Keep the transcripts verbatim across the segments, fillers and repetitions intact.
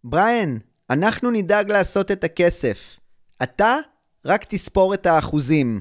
בריין, אנחנו נדאג לעשות את הכסף. אתה רק תספור את האחוזים.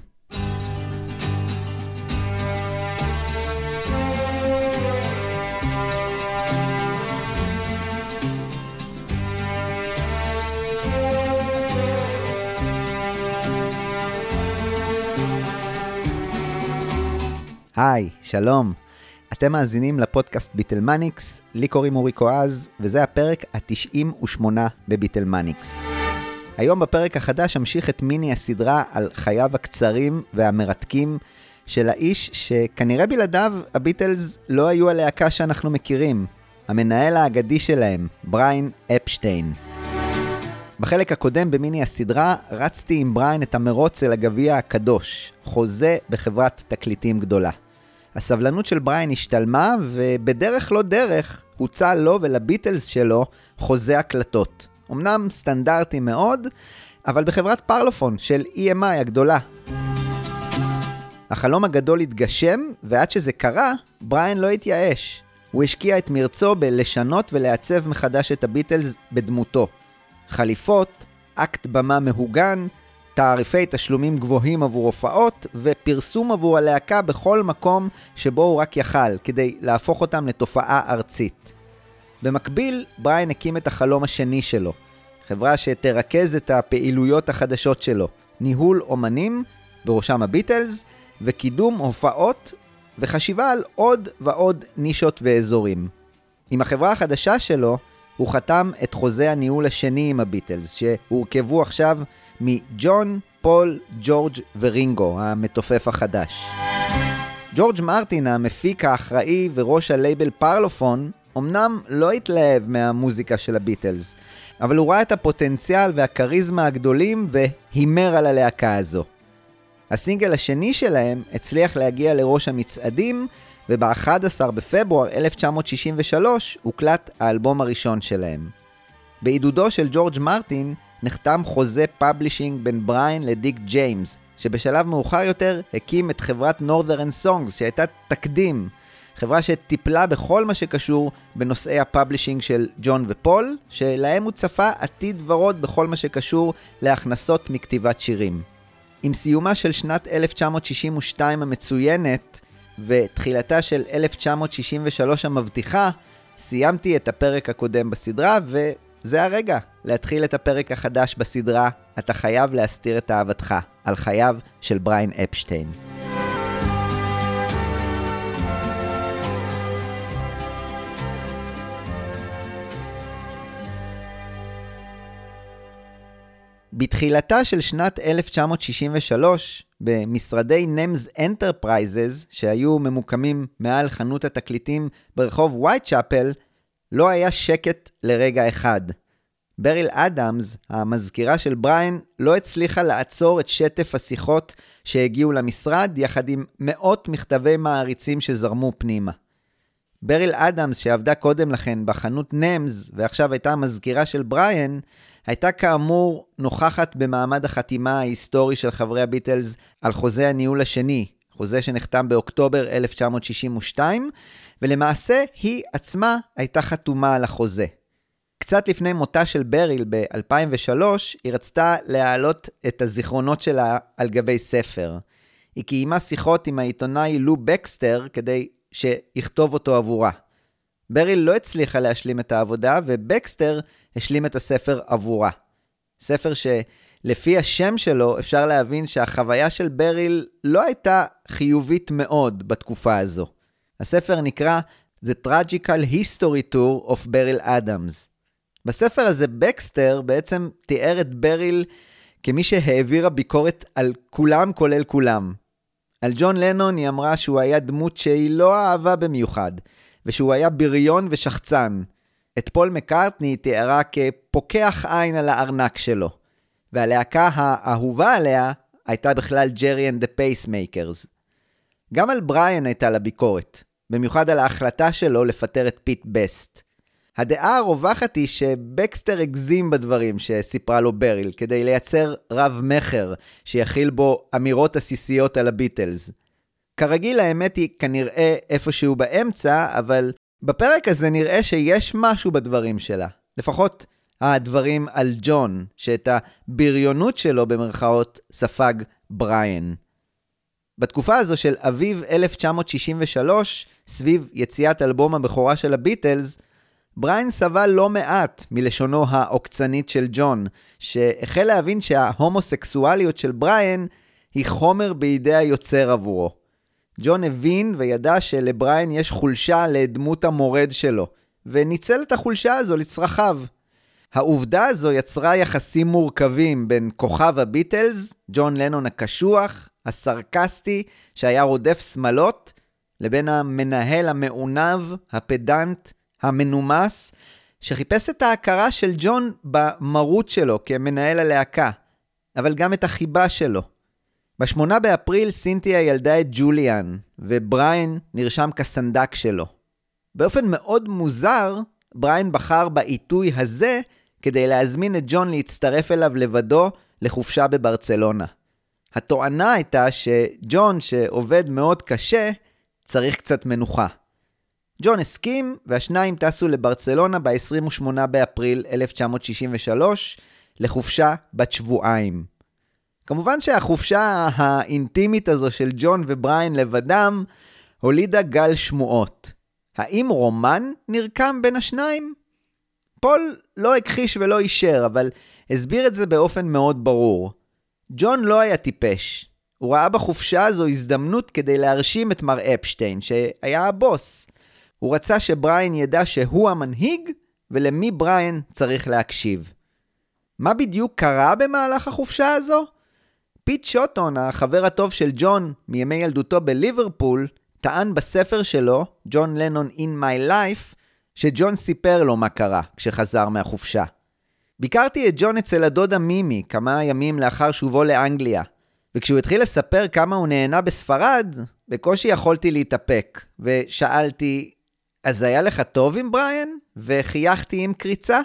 היי, שלום. אתם מאזינים לפודקאסט ביטלמניקס, לי קוראים אורי קואז, וזה הפרק ה-תשעים ושמונה בביטלמניקס. היום בפרק החדש אמשיך את מיני הסדרה על חייו הקצרים והמרתקים של האיש שכנראה בלעדיו הביטלס לא היו הלהקה שאנחנו מכירים, המנהל האגדי שלהם, בריין אפשטיין. בחלק הקודם במיני הסדרה רצתי עם בריין את המרוץ אל הגביע הקדוש, חוזה בחברת תקליטים גדולה. הסבלנות של בריין השתלמה, ובדרך לא דרך הוצא לו ולביטלס שלו חוזה הקלטות. אמנם סטנדרטי מאוד, אבל בחברת פרלופון של אי אם איי הגדולה. החלום הגדול התגשם, ועד שזה קרה, בריין לא התייאש. הוא השקיע את מרצו בלשנות ולעצב מחדש את הביטלס בדמותו. חליפות, אקט במה מהוגן, תעריפי תשלומים גבוהים עבור הופעות, ופרסום עבור הלהקה בכל מקום שבו הוא רק יכל, כדי להפוך אותם לתופעה ארצית. במקביל, בריין הקים את החלום השני שלו, חברה שתרכז את הפעילויות החדשות שלו, ניהול אומנים, בראשם הביטלס, וקידום הופעות, וחשיבה על עוד ועוד נישות ואזורים. עם החברה החדשה שלו, הוא חתם את חוזה הניהול השני עם הביטלס, שהורכבו עכשיו מג'ון, פול, ג'ורג' ורינגו, המתופף החדש. ג'ורג' מרטין, המפיק האחראי וראש הלייבל פרלופון, אמנם לא התלהב מהמוזיקה של הביטלס, אבל הוא ראה את הפוטנציאל והקריזמה הגדולים והימר על הלהקה הזו. הסינגל השני שלהם הצליח להגיע לראש המצעדים, וב-אחד עשר בפברואר אלף תשע מאות שישים ושלוש הוקלט האלבום הראשון שלהם. בעידודו של ג'ורג' מרטין נחתם חוזה פאבלישינג בין בריין לדיק ג'יימס, שבשלב מאוחר יותר הקים את חברת Northern Songs, שהייתה תקדים, חברה שטיפלה בכל מה שקשור בנושאי הפאבלישינג של ג'ון ופול, שלהם הוא צפה עתיד ורוד בכל מה שקשור להכנסות מכתיבת שירים. עם סיומה של שנת אלף תשע מאות שישים ושתיים המצוינת, ותחילתה של אלף תשע מאות שישים ושלוש המבטיחה, סיימתי את הפרק הקודם בסדרה, וזה הרגע להתחיל את הפרק החדש בסדרה, אתה חייב להסתיר את אהבתך, על חייו של בריין אפשטיין. בתחילתה של שנת אלף תשע מאות שישים ושלוש, במשרדי נמס אנטרפרייזס, שהיו ממוקמים מעל חנות התקליטים ברחוב ווייטשאפל, לא היה שקט לרגע אחד. בריל אדמס, המזכירה של בריין, לא הצליחה לעצור את שטף השיחות שהגיעו למשרד, יחד עם מאות מכתבי מעריצים שזרמו פנימה. בריל אדמס, שעבדה קודם לכן בחנות נמס, ועכשיו הייתה המזכירה של בריין, הייתה כאמור נוכחת במעמד החתימה ההיסטורי של חברי הביטלס על חוזה הניהול השני, חוזה שנחתם באוקטובר אלף תשע מאות שישים ושתיים, ולמעשה היא עצמה הייתה חתומה על החוזה. קצת לפני מותה של בריל ב-אלפיים ושלוש, היא רצתה להעלות את הזיכרונות שלה על גבי ספר. היא קיימה שיחות עם העיתונאי לו בקסטר כדי שיכתוב אותו עבורה. בריל לא הצליחה להשלים את העבודה, ובקסטר השלים את הספר עבורה. ספר שלפי השם שלו אפשר להבין שהחוויה של בריל לא הייתה חיובית מאוד בתקופה הזו. הספר נקרא The Tragical History Tour of Beryl Adams. בספר הזה בקסטר בעצם תיאר את בריל כמי שהעבירה ביקורת על כולם כולל כולם. על ג'ון לנון היא אמרה שהוא היה דמות שהיא לא אהבה במיוחד, ושהוא היה בריון ושחצן. את פול מקארטני תיארה כפוקח עין על הארנק שלו. והלהקה האהובה עליה הייתה בכלל ג'רי and the Pacemakers. גם על בריין הייתה לה ביקורת, במיוחד על ההחלטה שלו לפטר את פיט בסט. הדעה הרווחת היא שבקסטר הגזים בדברים שסיפרה לו בריל, כדי לייצר רב מחר שיכיל בו אמירות עסיסיות על הביטלס. כרגיל האמת היא כנראה איפשהו באמצע, אבל בפרק הזה נראה שיש משהו בדברים שלה. לפחות הדברים על ג'ון, שאת הבריונות שלו במרכאות ספג בריאן. בתקופה הזו של אביב אלף תשע מאות שישים ושלוש, סביב יציאת אלבום הבכורה של הביטלס, בריאן סבל לא מעט מלשונו העוקצנית של ג'ון, שהחל להבין שההומוסקסואליות של בריאן היא חומר בידי היוצר עבורו. ג'ון הבין וידע שלבריאן יש חולשה לדמות המורד שלו, וניצל את החולשה הזו לצרכיו. העובדה הזו יצרה יחסים מורכבים בין כוכב הביטלס, ג'ון לנון הקשוח, הסרקסטי, שהיה רודף שמלות, לבין המנהל המעונב, הפדנט, המנומס, שחיפש את ההכרה של ג'ון במרות שלו כמנהל הלהקה, אבל גם את החיבה שלו. בשמונה באפריל סינתיה ילדה את ג'וליאן, ובריאן נרשם כסנדק שלו. באופן מאוד מוזר, בריאן בחר בעיתוי הזה כדי להזמין את ג'ון להצטרף אליו לבדו לחופשה בברצלונה. התואנה הייתה שג'ון, שעובד מאוד קשה, צריך קצת מנוחה. ג'ון הסכים, והשניים טסו לברצלונה ב-עשרים ושמונה באפריל אלף תשע מאות שישים ושלוש לחופשה בת שבועיים. כמובן שהחופשה האינטימית הזו של ג'ון ובריאן לבדם הולידה גל שמועות. האם רומן נרקם בין השניים? פול לא הכחיש ולא אישר, אבל הסביר את זה באופן מאוד ברור. ג'ון לא היה טיפש. הוא ראה בחופשה הזו הזדמנות כדי להרשים את מר אפשטיין, שהיה הבוס. הוא רצה שבריאן ידע שהוא המנהיג, ולמי בריאן צריך להקשיב. מה בדיוק קרה במהלך החופשה הזו? פיט שוטון, החבר הטוב של ג'ון מימי ילדותו בליברפול, טען בספר שלו, ג'ון לנון In My Life, שג'ון סיפר לו מה קרה כשחזר מהחופשה. ביקרתי את ג'ון אצל הדודה מימי כמה ימים לאחר שובו לאנגליה, וכשהוא התחיל לספר כמה הוא נהנה בספרד, בקושי יכולתי להתאפק, ושאלתי, אז היה לך טוב עם בריאן? וחייכתי עם קריצה?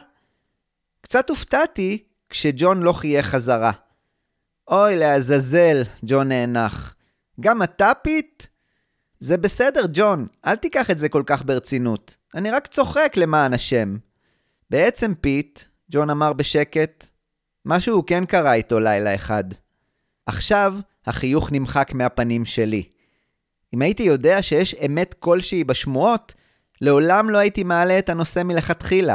קצת הופתעתי כשג'ון לא חייך חזרה. אוי, לעזאזל, ג'ון נאנח. גם אתה פיט? זה בסדר, ג'ון, אל תיקח את זה כל כך ברצינות. אני רק צוחק למען השם. בעצם פיט, ג'ון אמר בשקט, משהו כן קרה איתו לילה אחד. עכשיו החיוך נמחק מהפנים שלי. אם הייתי יודע שיש אמת כלשהי בשמועות, לעולם לא הייתי מעלה את הנושא מלכתחילה.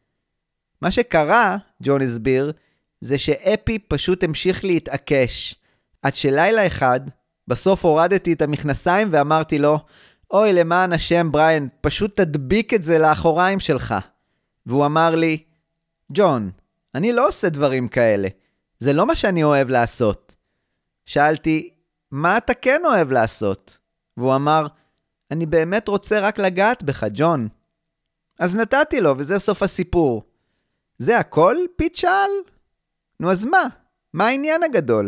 מה שקרה, ג'ון הסביר, זה שאפי פשוט המשיך להתעקש. עד שלילה אחד, בסוף הורדתי את המכנסיים ואמרתי לו, אוי למען השם בריאן, פשוט תדביק את זה לאחוריים שלך. והוא אמר לי, ג'ון, אני לא עושה דברים כאלה. זה לא מה שאני אוהב לעשות. שאלתי, מה אתה כן אוהב לעשות? והוא אמר, אני באמת רוצה רק לגעת בך, ג'ון. אז נתתי לו, וזה סוף הסיפור. זה הכל? פיט שאל? נו אז מה? מה העניין הגדול?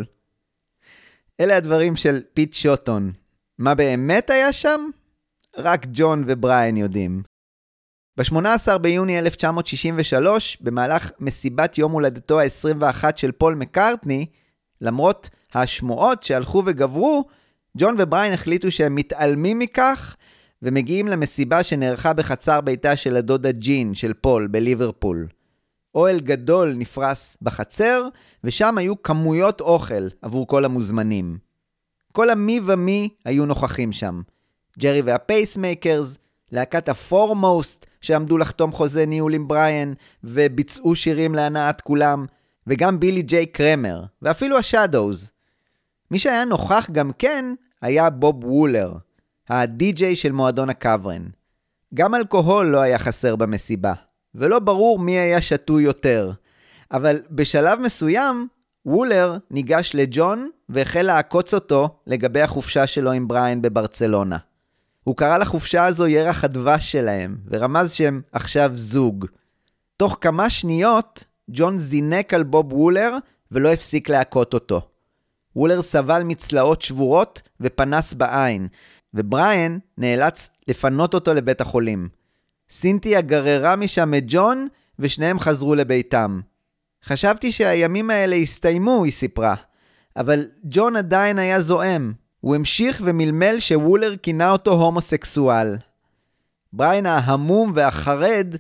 אלה הדברים של פיט שוטון. מה באמת היה שם? רק ג'ון ובריאן יודעים. ב-שמונה עשר ביוני אלף תשע מאות שישים ושלוש, במהלך מסיבת יום הולדתו ה-עשרים ואחת של פול מקארטני, למרות השמועות שהלכו וגברו, ג'ון ובריאן החליטו שהם מתעלמים מכך, ומגיעים למסיבה שנערכה בחצר ביתה של הדודה ג'ין של פול בליברפול. אוהל גדול נפרס בחצר, ושם היו כמויות אוכל עבור כל המוזמנים. כל המי ומי היו נוכחים שם. ג'רי והפייסמייקרס, להקת הפורמוסט שעמדו לחתום חוזה ניהול עם בריאן, וביצעו שירים להנאת כולם, וגם בילי ג'יי קרמר, ואפילו השאדוז. מי שהיה נוכח גם כן היה בוב וולר, הדי-ג'יי של מועדון הקברן. גם אלכוהול לא היה חסר במסיבה, ולא ברור מי היה שתוי יותר. אבל בשלב מסוים, וולר ניגש לג'ון והחל לעקוץ אותו לגבי החופשה שלו עם בריאן בברצלונה. הוא קרא לחופשה הזו ירח הדבש שלהם, ורמז שהם עכשיו זוג. תוך כמה שניות, ג'ון זינק על בוב וולר ולא הפסיק לעקוט אותו. וולר סבל מצלעות שבורות ופנס בעין, ובריאן נאלץ לפנות אותו לבית החולים. סינתיה גררה משם את ג'ון, ושניהם חזרו לביתם. חשבתי שהימים האלה הסתיימו, היא סיפרה. אבל ג'ון עדיין היה זועם. הוא המשיך ומלמל שוולר כינה אותו הומוסקסואל. בריאן ההמום והחרד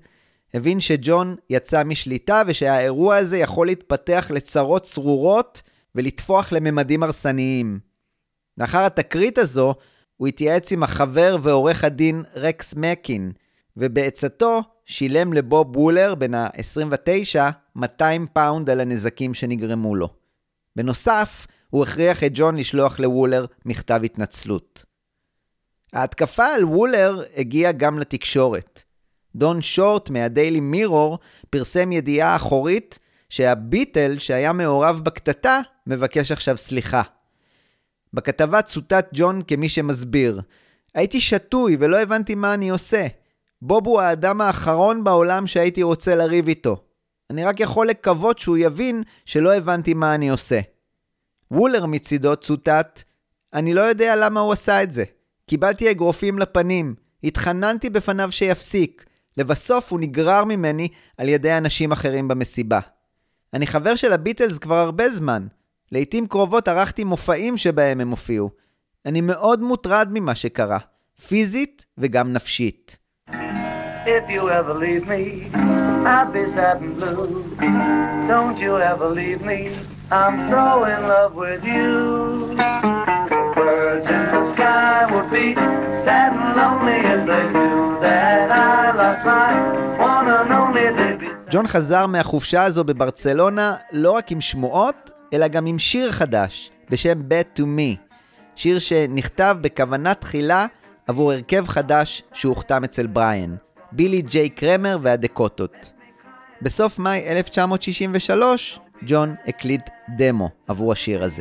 הבין שג'ון יצא משליטה ושהאירוע הזה יכול להתפתח לצרות צרורות ולטפוח לממדים הרסניים. לאחר התקרית הזו, הוא התייעץ עם החבר ועורך הדין רקס מקין, ובעצתו שילם לבוב וולר בן ה-עשרים ותשע מאתיים פאונד על הנזקים שנגרמו לו. בנוסף, הוא הכריח את ג'ון לשלוח לוולר מכתב התנצלות. ההתקפה על וולר הגיעה גם לתקשורת. דון שורט מהדיילי מירור פרסם ידיעה אחורית שהביטל שהיה מעורב בקטטה מבקש עכשיו סליחה. בכתבה צוטט ג'ון כמי שמסביר, הייתי שטוי ולא הבנתי מה אני עושה. בוב הוא האדם האחרון בעולם שהייתי רוצה לריב איתו. אני רק יכול לקוות שהוא יבין שלא הבנתי מה אני עושה. וולר מצידו צוטט, אני לא יודע למה הוא עשה את זה. קיבלתי אגרופים לפנים, התחננתי בפניו שיפסיק. לבסוף הוא נגרר ממני על ידי אנשים אחרים במסיבה. אני חבר של הביטלס כבר הרבה זמן. לעתים קרובות ערכתי מופעים שבהם הם הופיעו. אני מאוד מוטרד ממה שקרה, פיזית וגם נפשית. If you ever leave me, I'll be sad and blue. Don't you ever leave me, I'm so in love with you. Birds in the sky would be sad and lonely if they knew that I lost my one and only baby. ג'ון חזר מהחופשה הזו בברצלונה לא רק עם שמועות, אלא גם עם שיר חדש, בשם Bad to Me. שיר שנכתב בכוונה תחילה עבור הרכב חדש שהוכתם אצל בריאן. בילי ג'יי קרמר והדקוטות. בסוף מאי אלף תשע מאות שישים ושלוש, ג'ון הקליט דמו עבור השיר הזה.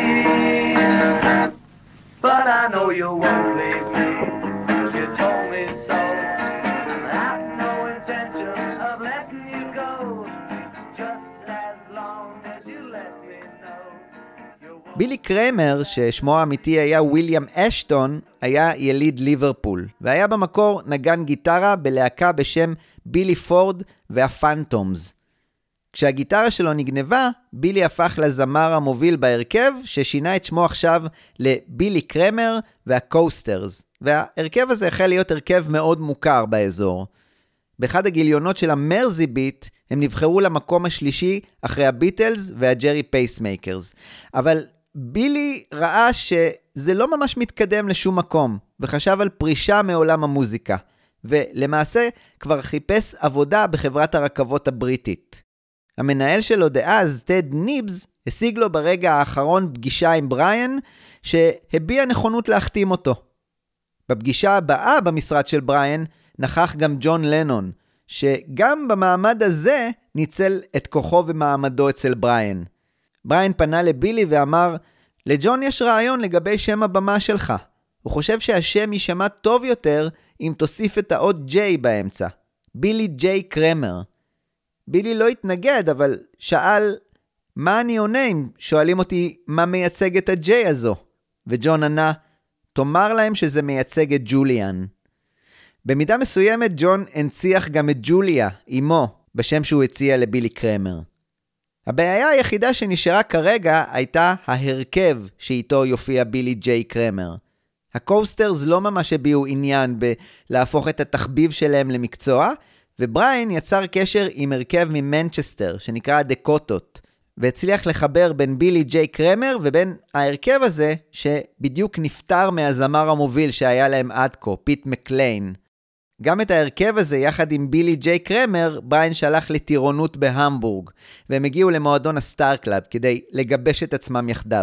But I know you won't leave me, 'cause you told me so. I have no intention of letting you go, just as long as you let me know. בילי קרמר, ששמו האמיתי היה וויליאם אשטון, היה יליד ליברפול, והיה במקור נגן גיטרה בלהקה בשם בילי פורד והפנטומס. כשהגיטרה שלו נגנבה, בילי הפך לזמר המוביל בהרכב, ששינה את שמו עכשיו לבילי קרמר והקוסטרס, וההרכב הזה החל להיות הרכב מאוד מוכר באזור. באחד הגיליונות של המרזי ביט, הם נבחרו למקום השלישי אחרי הביטלס והג'רי פייסמייקרס. אבל בילי ראה שזה לא ממש מתקדם לשום מקום, וחשב על פרישה מעולם המוזיקה, ולמעשה כבר חיפש עבודה בחברת הרכבות הבריטית. המנהל שלו דאז, טד ניבס, השיג לו ברגע האחרון פגישה עם בריאן, שהביע נכונות להחתים אותו. בפגישה הבאה במשרד של בריאן, נכח גם ג'ון לנון, שגם במעמד הזה ניצל את כוחו ומעמדו אצל בריאן. בריאן פנה לבילי ואמר, לג'ון יש רעיון לגבי שם הבמה שלך. הוא חושב שהשם יישמע טוב יותר אם תוסיף את האות ג'יי באמצע. בילי ג'יי קרמר. בילי לא התנגד, אבל שאל, מה אני עונה אם שואלים אותי מה מייצג את הג'יי הזו? וג'ון ענה, תאמר להם שזה מייצג את ג'וליאן. במידה מסוימת ג'ון הנציח גם את ג'וליה, אמו, בשם שהוא הציע לבילי קרמר. הבעיה היחידה שנשארה כרגע הייתה ההרכב שאיתו יופיע בילי ג'יי קרמר. הקוסטרס לא ממש הביעו עניין בלהפוך את התחביב שלהם למקצוע, ובריאן יצר קשר עם הרכב ממנצ'סטר שנקרא דקוטות, והצליח לחבר בין בילי ג'יי קרמר ובין ההרכב הזה שבדיוק נפטר מהזמר המוביל שהיה להם עד כה, פיט מקליין. גם את ההרכב הזה יחד עם בילי ג'יי קרמר, בריאן שלח לטירונות בהמבורג, והם הגיעו למועדון הסטאר קלאב כדי לגבש את עצמם יחדיו.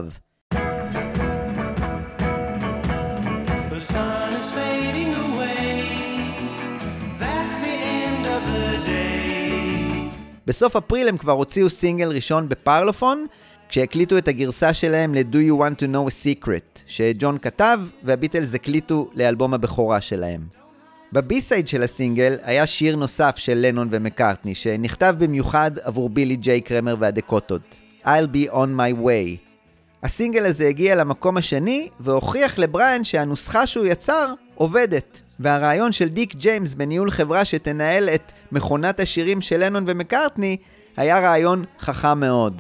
בסוף אפריל הם כבר הוציאו סינגל ראשון בפרלופון, כשהקליטו את הגרסה שלהם ל-Do You Want to Know a Secret, שג'ון כתב והביטלס הקליטו לאלבום הבכורה שלהם. בבי-סייד של הסינגל היה שיר נוסף של לנון ומקארטני, שנכתב במיוחד עבור בילי ג'יי קרמר והדקוטות, I'll be on my way. הסינגל הזה הגיע למקום השני, והוכיח לבריאן שהנוסחה שהוא יצר עובדת. והרעיון של דיק ג'יימס בניהול חברה שתנהל את מכונת השירים של לנון ומקארטני, היה רעיון חכם מאוד.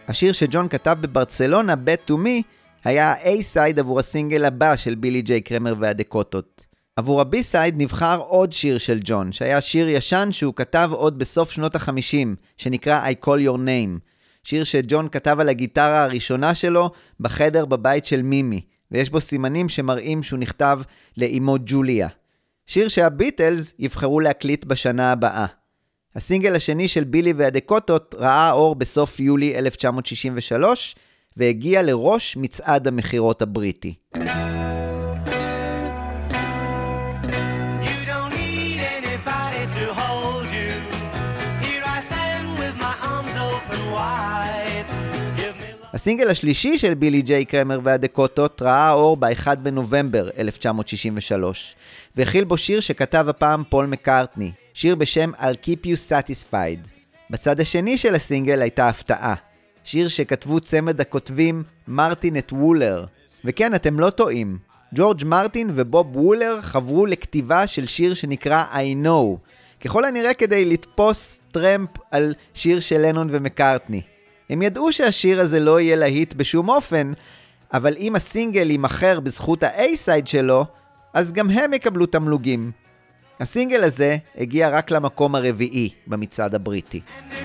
השיר שג'ון כתב בברצלונה, Bet to Me, היה ה-A-side עבור הסינגל הבא של בילי ג'יי קרמר והדקוטות. עבור ה-B-side נבחר עוד שיר של ג'ון, שהיה שיר ישן שהוא כתב עוד בסוף שנות ה-חמישים, שנקרא I Call Your Name. שיר שג'ון כתב על הגיטרה הראשונה שלו בחדר בבית של מימי, ויש בו סימנים שמראים שהוא נכתב לאמו ג'וליה. שיר שהביטלס יבחרו להקליט בשנה הבאה. הסינגל השני של בילי והדקוטות ראה אור בסוף יולי אלף תשע מאות שישים ושלוש, והגיע לראש מצעד המחירות הבריטי. הסינגל השלישי של בילי ג'יי קרמר והדקוטות ראה אור ב-אחד בנובמבר אלף תשע מאות שישים ושלוש, והכיל בו שיר שכתב הפעם פול מקארטני, שיר בשם I'll Keep You Satisfied. בצד השני של הסינגל הייתה הפתעה, שיר שכתבו צמד הכותבים מרטין את וולר. וכן, אתם לא טועים, ג'ורג' מרטין ובוב וולר חברו לכתיבה של שיר שנקרא I Know, ככל הנראה כדי לתפוס טרמפ על שיר של לנון ומקארטני. הם ידעו שהשיר הזה לא יהיה להיט בשום אופן, אבל אם הסינגל יימחר בזכות ה-A-side שלו, אז גם הם יקבלו תמלוגים. הסינגל הזה הגיע רק למקום הרביעי במצעד הבריטי.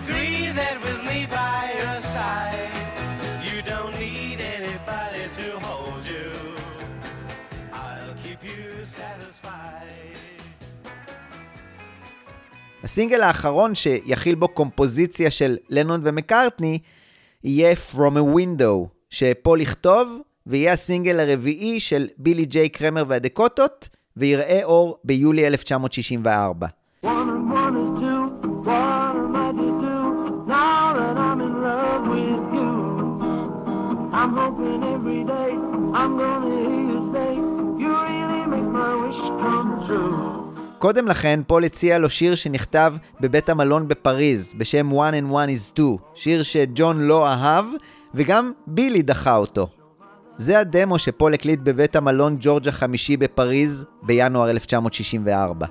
הסינגל האחרון שיכיל בו קומפוזיציה של לנון ומקארטני יהיה From a Window, שפול יכתוב, ויהיה הסינגל הרביעי של בילי ג'יי קרמר והדקוטות, ויראה אור ביולי אלף תשע מאות שישים וארבע. I'm hoping every day I'm gonna hear you say you really make my wish come true. קודם לכן, פול הציע לו שיר שנכתב בבית המלון בפריז, בשם One and One is Two, שיר שג'ון לא אהב, וגם בילי דחה אותו. זה הדמו שפול הקליט בבית המלון ג'ורג' החמישי בפריז, בינואר אלף תשע מאות שישים וארבע.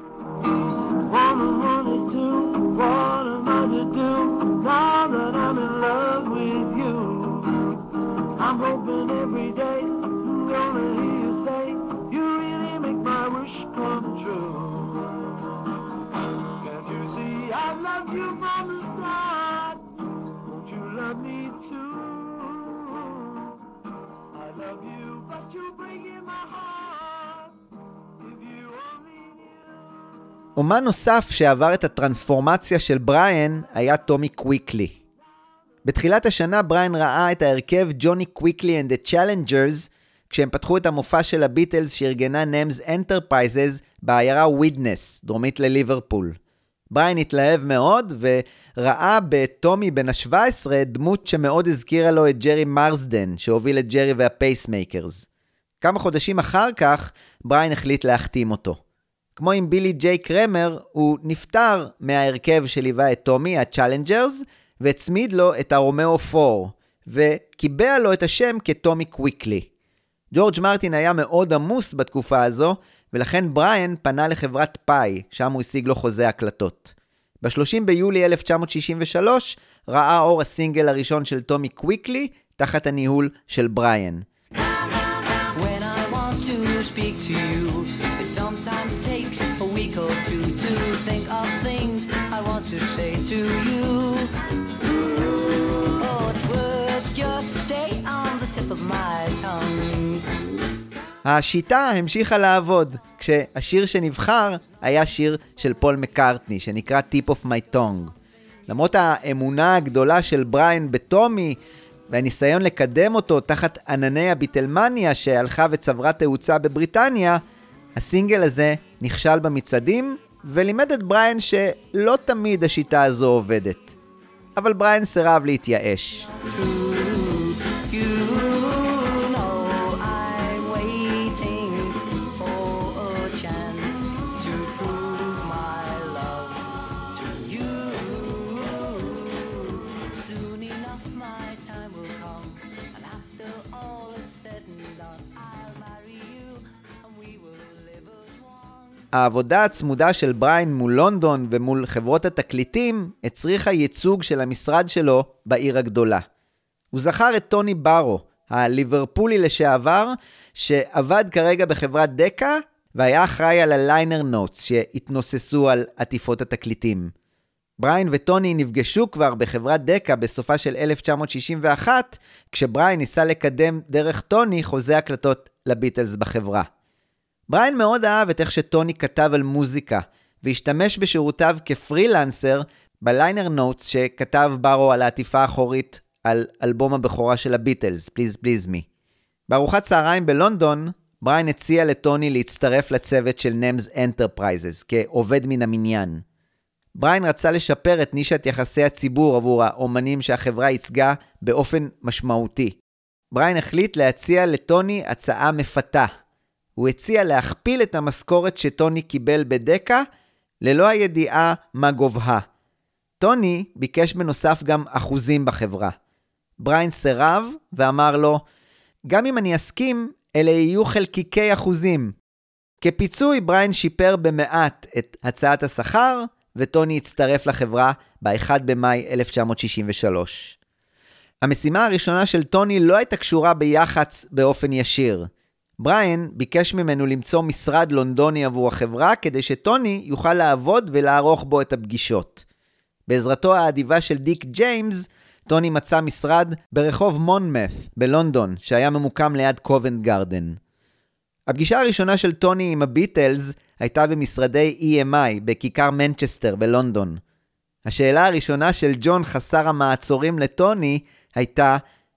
I'm hoping every day I'm gonna hear you say you really make my wish come true. Can't you see I love you from the start? Won't you love me too? I love you but you break in my heart. If you only knew. אומן נוסף שעבר את הטרנספורמציה של בריאן היה טומי קוויקלי. בתחילת השנה בריין ראה את ההרכב ג'וני קוויקלי and the Challengers כשהם פתחו את המופע של הביטלס שארגנה נמס אנטרפרייזס בעיירה ווידנס, דרומית לליברפול. בריין התלהב מאוד וראה בטומי בן ה-שבע עשרה דמות שמאוד הזכירה לו את ג'רי מרסדן שהוביל את ג'רי והפייסמייקרס. כמה חודשים אחר כך בריין החליט להחתים אותו. כמו עם בילי ג'יי קרמר, הוא נפטר מההרכב שליווה את טומי, ה-Challengers, והצמיד לו את הרומאו פור, וקיבע לו את השם כטומי קוויקלי. ג'ורג' מרטין היה מאוד עמוס בתקופה הזו, ולכן בריאן פנה לחברת פאי, שם הוא השיג לו חוזה הקלטות. ב-שלושים ביולי אלף תשע מאות שישים ושלוש ראה אור הסינגל הראשון של טומי קוויקלי, תחת הניהול של בריאן. When I want to speak to you, it sometimes takes a week or two to think of things I want to say to you. השיטה המשיכה לעבוד, כשהשיר שנבחר היה שיר של פול מקארטני, שנקרא Tip of My Tongue. למרות האמונה הגדולה של בריאן בטומי, והניסיון לקדם אותו תחת ענני הביטלמניה שהלכה וצברה תאוצה בבריטניה, הסינגל הזה נכשל במצעדים, ולימד את בריאן שלא תמיד השיטה הזו עובדת. אבל בריאן סירב להתייאש. העבודה הצמודה של בריאן מול לונדון ומול חברות התקליטים הצריכה ייצוג של המשרד שלו בעיר הגדולה. הוא זכר את טוני ברו, הליברפולי לשעבר, שעבד כרגע בחברת דקה, והיה אחראי על הליינר נוטס שהתנוססו על עטיפות התקליטים. בריין וטוני נפגשו כבר בחברת דקה בסופה של אלף תשע מאות שישים ואחת, כשבריין ניסה לקדם דרך טוני חוזה הקלטות לביטלס בחברה. בריין מאוד אהב את איך שטוני כתב על מוזיקה, והשתמש בשירותיו כפרילנסר בליינר נוטס שכתב ברו על העטיפה האחורית על אלבום הבכורה של הביטלס, Please Please Me. בארוחת צהריים בלונדון, בריין הציע לטוני להצטרף לצוות של נמס אנטרפרייזס כעובד מן המניין. בריין רצה לשפר את נישת יחסי הציבור עבור האומנים שהחברה ייצגה באופן משמעותי. בריין החליט להציע לטוני הצעה מפתה. הוא הציע להכפיל את המשכורת שטוני קיבל בדקה, ללא הידיעה מה גובהה. טוני ביקש בנוסף גם אחוזים בחברה. בריין סירב ואמר לו, גם אם אני אסכים, אלה יהיו חלקיקי אחוזים. כפיצוי בריין שיפר במעט את הצעת השכר, וטוני הצטרף לחברה ב-אחד במאי אלף תשע מאות שישים ושלוש. המשימה הראשונה של טוני לא הייתה קשורה ביח"צ באופן ישיר. בריין ביקש ממנו למצוא משרד לונדוני עבור החברה, כדי שטוני יוכל לעבוד ולערוך בו את הפגישות. בעזרתו האדיבה של דיק ג'יימס, טוני מצא משרד ברחוב מונמת בלונדון, שהיה ממוקם ליד קובנט גארדן. הפגישה הראשונה של טוני עם הביטלס הייתה במשרדי אי אם איי בכיכר מנצ'סטר בלונדון. השאלה הראשונה של ג'ון חסר המעצורים לטוני הייתה,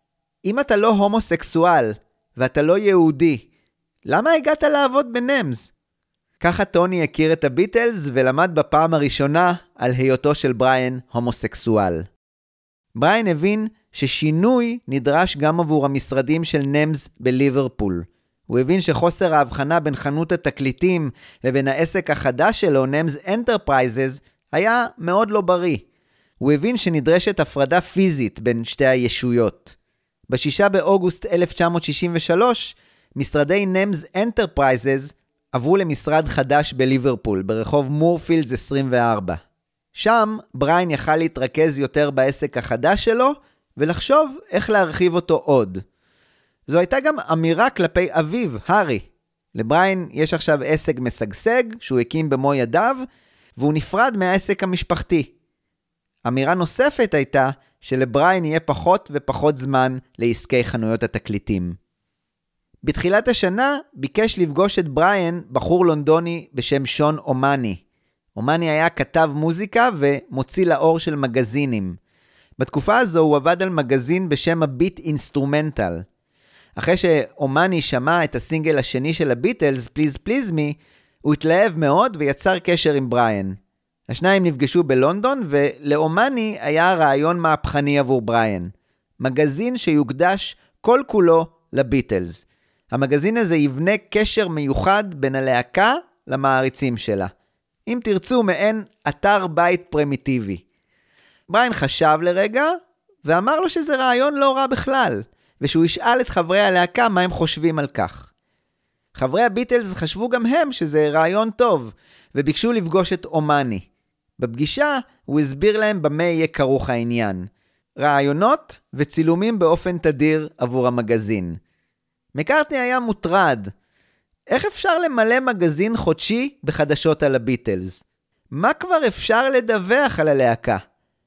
אם אתה לא הומוסקסואל ואתה לא יהודי, למה הגעת לעבוד בנמס? ככה טוני הכיר את הביטלס ולמד בפעם הראשונה על היותו של בריין הומוסקסואל. בריין הבין ששינוי נדרש גם עבור המשרדים של נמס בליברפול. הוא הבין שחוסר ההבחנה בין חנות התקליטים לבין העסק החדש שלו, נמס אנטרפרייזס, היה מאוד לא בריא. הוא הבין שנדרשת הפרדה פיזית בין שתי הישויות. בשישה באוגוסט אלף תשע מאות שישים ושלוש, משרדי נמס אנטרפרייזס עברו למשרד חדש בליברפול, ברחוב מורפילדס עשרים וארבע. שם בריין יכל להתרכז יותר בעסק החדש שלו, ולחשוב איך להרחיב אותו עוד. זו הייתה גם אמירה כלפי אביו, הארי. לבריין יש עכשיו עסק משגשג, שהוא הקים במו ידיו, והוא נפרד מהעסק המשפחתי. אמירה נוספת הייתה שלבריין יהיה פחות ופחות זמן לעסקי חנויות התקליטים. בתחילת השנה ביקש לפגוש את בריין בחור לונדוני בשם שון אומני. אומני היה כתב מוזיקה ומוציא לאור של מגזינים. בתקופה הזו הוא עבד על מגזין בשם הביט אינסטרומנטל. אחרי שאומני שמע את הסינגל השני של הביטלס, Please Please Me, הוא התלהב מאוד ויצר קשר עם בריין. השניים נפגשו בלונדון, ולאומני היה רעיון מהפכני עבור בריין. מגזין שיוקדש כל כולו לביטלס. המגזין הזה יבנה קשר מיוחד בין הלהקה למעריצים שלה. אם תרצו, מעין אתר בית פרימיטיבי. בריין חשב לרגע, ואמר לו שזה רעיון לא רע בכלל, ושהוא ישאל את חברי הלהקה מה הם חושבים על כך. חברי הביטלס חשבו גם הם שזה רעיון טוב, וביקשו לפגוש את אומני. בפגישה הוא הסביר להם במה יהיה כרוך העניין. רעיונות וצילומים באופן תדיר עבור המגזין. מקארטני היה מוטרד. איך אפשר למלא מגזין חודשי בחדשות על הביטלס? מה כבר אפשר לדווח על הלהקה?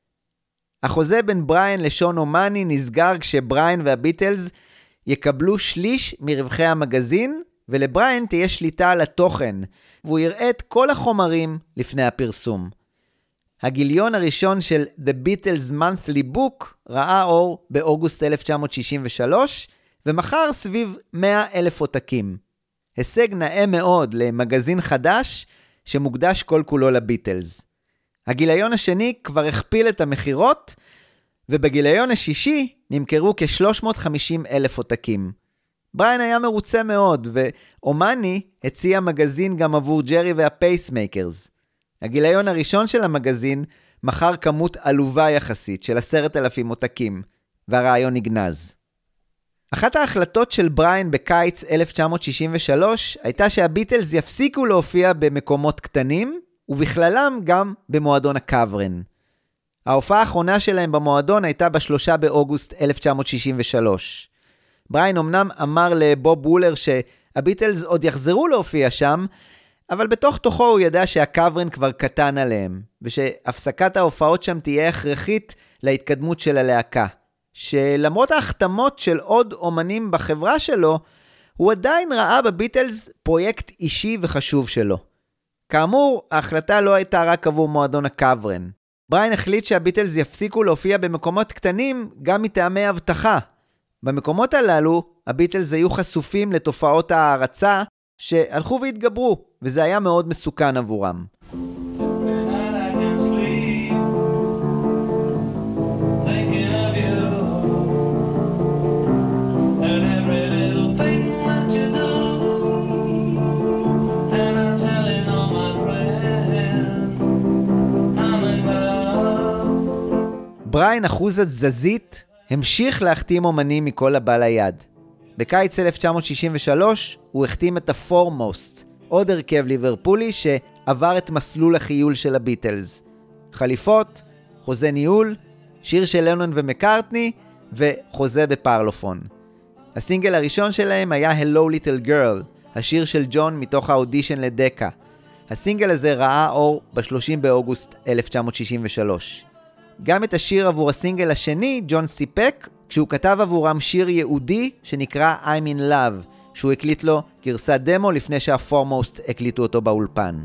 החוזה בין בריין לשון אומני נסגר כשבריין והביטלס יקבלו שליש מרווחי המגזין, ולבריין תהיה שליטה על התוכן, והוא יראה את כל החומרים לפני הפרסום. הגיליון הראשון של The Beatles Monthly Book ראה אור באוגוסט אלף תשע מאות שישים ושלוש, ומחר סביב מאה אלף עותקים. הישג נאה מאוד למגזין חדש שמוקדש כל כולו לביטלס. הגיליון השני כבר הכפיל את המחירות, ובגיליון השישי נמכרו כ-שלוש מאות וחמישים אלף עותקים. בריין היה מרוצה מאוד, ואומני הציע מגזין גם עבור ג'רי והפייסמייקרס. הגיליון הראשון של המגזין מכר כמות עלובה יחסית של עשרת אלפים עותקים, והרעיון נגנז. אחת ההחלטות של בריין בקיץ אלף תשע מאות שישים ושלוש הייתה שהביטלס יפסיקו להופיע במקומות קטנים, ובכללם גם במועדון הקברן. ההופעה האחרונה שלהם במועדון הייתה בשלושה באוגוסט אלף תשע מאות שישים ושלוש. בריין אמנם אמר לבוב וולר שהביטלס עוד יחזרו להופיע שם, אבל בתוך תוכו הוא ידע שהקוורן כבר קטן עליהם, ושהפסקת ההופעות שם תהיה הכרחית להתקדמות של הלהקה. שלמרות ההחתמות של עוד אומנים בחברה שלו, הוא עדיין ראה בביטלס פרויקט אישי וחשוב שלו. כאמור, ההחלטה לא הייתה רק עבור מועדון הקוורן. בריין החליט שהביטלס יפסיקו להופיע במקומות קטנים גם מטעמי הבטחה. במקומות הללו, הביטלס היו חשופים לתופעות הערצה שהלכו והתגברו, וזה היה מאוד מסוכן עבורם. בריין אחוז התזזית המשיך להחתים אומנים מכל הבא ליד. בקיץ אלף תשע מאות שישים ושלוש הוא החתים את ה-Foremost, עוד הרכב ליברפולי שעבר את מסלול החיול של הביטלס. חליפות, חוזה ניהול, שיר של לנון ומקארטני וחוזה בפרלופון. הסינגל הראשון שלהם היה Hello Little Girl, השיר של ג'ון מתוך האודישן לדקה. הסינגל הזה ראה אור ב-שלושים באוגוסט אלף תשע מאות שישים ושלוש. גם את השיר עבור הסינגל השני ג'ון סיפק, כשהוא כתב עבורם שיר יהודי שנקרא I'm in Love, שהוא הקליט לו גרסת דמו לפני שהפורמוסט הקליטו אותו באולפן.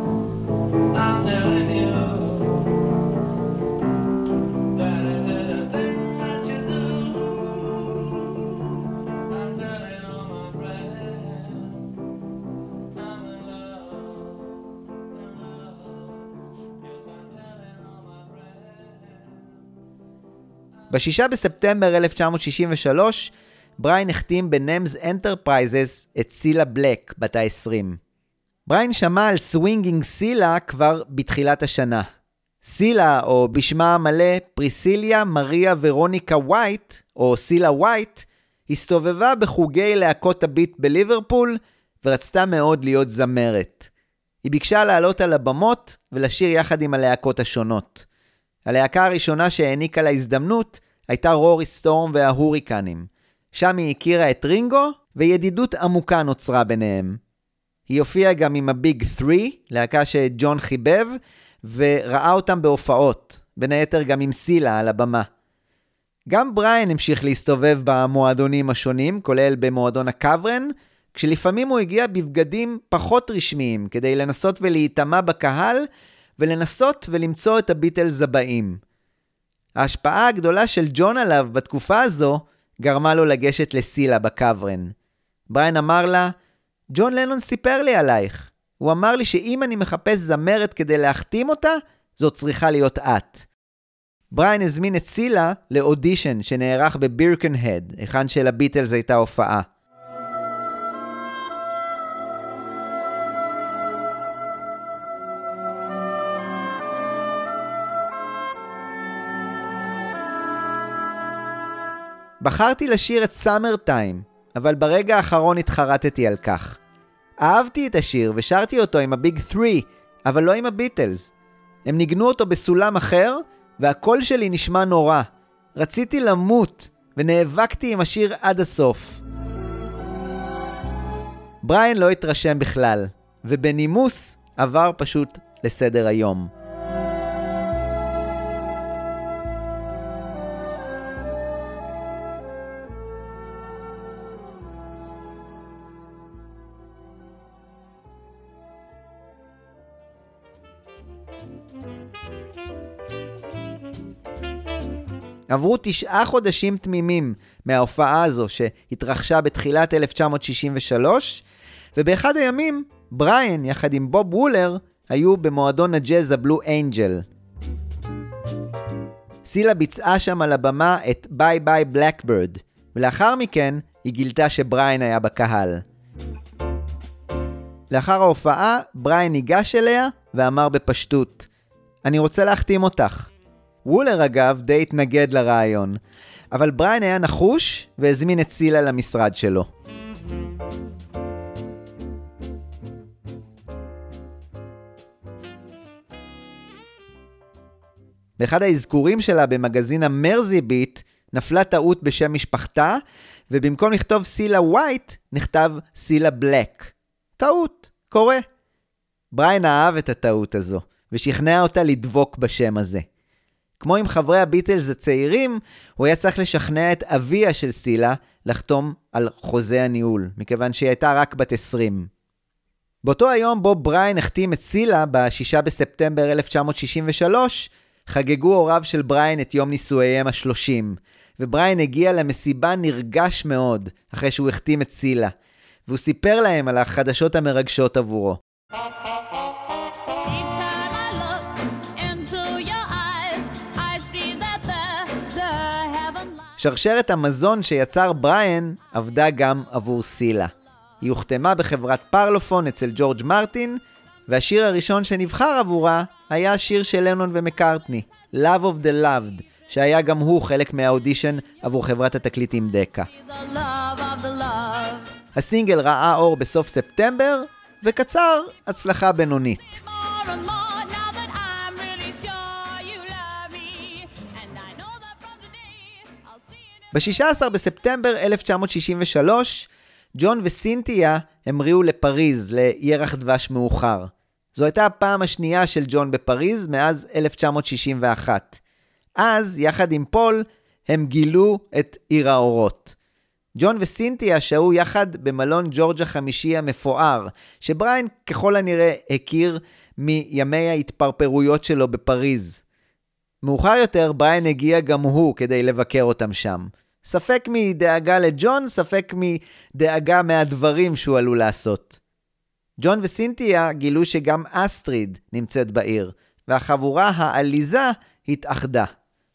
בשישה בספטמבר אלף תשע מאות שישים ושלוש, בריין החתים בנמס אנטרפרייזס את סילה בלק, בת ה-עשרים. בריין שמע על סווינגינג סילה כבר בתחילת השנה. סילה, או בשמה המלא פריסיליה מריה ורוניקה ווייט, או סילה ווייט, הסתובבה בחוגי להקות הביט בליברפול, ורצתה מאוד להיות זמרת. היא ביקשה לעלות על הבמות ולשיר יחד עם הלהקות השונות. הלהקה הראשונה שהעניקה לה הזדמנות הייתה רורי סטורם וההוריקנים. שם היא הכירה את רינגו, וידידות עמוקה נוצרה ביניהם. היא הופיעה גם עם הביג תרי, להקה שג'ון חיבב, וראה אותם בהופעות, בין היתר גם עם סילה על הבמה. גם בריין המשיך להסתובב במועדונים השונים, כולל במועדון הקוורן, כשלפעמים הוא הגיע בבגדים פחות רשמיים, כדי לנסות ולהיטמע בקהל, ולנסות ולמצוא את הביטלס הבאים. ההשפעה הגדולה של ג'ון עליו בתקופה הזו גרמה לו לגשת לסילה בקוורן. בריין אמר לה, ג'ון לנון סיפר לי עלייך. הוא אמר לי שאם אני מחפש זמרת כדי להחתים אותה, זאת צריכה להיות את. בריין הזמין את סילה לאודישן שנערך בבירקנהד, היכן של הביטלס הייתה הופעה. בחרתי לשיר את סאמר טיים, אבל ברגע האחרון התחרטתי על כך. אהבתי את השיר ושרתי אותו עם הביג תרי, אבל לא עם הביטלס. הם ניגנו אותו בסולם אחר, והקול שלי נשמע נורא. רציתי למות, ונאבקתי עם השיר עד הסוף. בריין לא התרשם בכלל, ובנימוס עבר פשוט לסדר היום. עברו תשעה חודשים תמימים מההופעה הזו שהתרחשה בתחילת אלף תשע מאות שישים ושלוש, ובאחד הימים בריין יחד עם בוב וולר היו במועדון הג'אז הבלו אנג'ל. סילה ביצעה שם על הבמה את ביי ביי בלקברד, ולאחר מכן היא גילתה שבריין היה בקהל. לאחר ההופעה בריין ניגש אליה ואמר בפשטות, אני רוצה להחתים אותך. וולר אגב די התנגד לרעיון, אבל בריין היה נחוש והזמין את סילה למשרד שלו. באחד האזכורים שלה במגזין המרזי ביט, נפלה טעות בשם משפחתה, ובמקום לכתוב סילה ווייט, נכתב סילה בלק. טעות, קורה. בריין אהב את הטעות הזו, ושכנע אותה לדבוק בשם הזה. כמו עם חברי הביטלס הצעירים, הוא היה צריך לשכנע את אביה של סילה לחתום על חוזה הניהול, מכיוון שהיא הייתה רק בת עשרים. באותו היום בו בריין החתים את סילה, ב-שישה בספטמבר אלף תשע מאות שישים ושלוש, חגגו הוריו של בריין את יום נישואיהם השלושים, ובריין הגיע למסיבה נרגש מאוד, אחרי שהוא החתים את סילה, והוא סיפר להם על החדשות המרגשות עבורו. שרשרת המזון שיצר בריין עבדה גם עבור סילה. היא הוחתמה בחברת פרלופון אצל ג'ורג' מרטין, והשיר הראשון שנבחר עבורה היה השיר של לנון ומקארטני, Love of the Loved, שהיה גם הוא חלק מהאודישן עבור חברת התקליטים דקה. הסינגל ראה אור בסוף ספטמבר, וקצר הצלחה בינונית. ב-שישה עשר בספטמבר אלף תשע מאות שישים ושלוש, ג'ון וסינתיה המריאו לפריז לירח דבש מאוחר. זו הייתה הפעם השנייה של ג'ון בפריז מאז אלף תשע מאות שישים ואחת. אז, יחד עם פול, הם גילו את עיר האורות. ג'ון וסינתיה שהו יחד במלון ג'ורג' החמישי המפואר, שבריין ככל הנראה הכיר מימי ההתפרפרויות שלו בפריז. מאוחר יותר בריין הגיע גם הוא כדי לבקר אותם שם. ספק מדאגה לג'ון, ספק מדאגה מהדברים שהוא עלול לעשות. ג'ון וסינתיה גילו שגם אסטריד נמצאת בעיר, והחבורה העליזה התאחדה.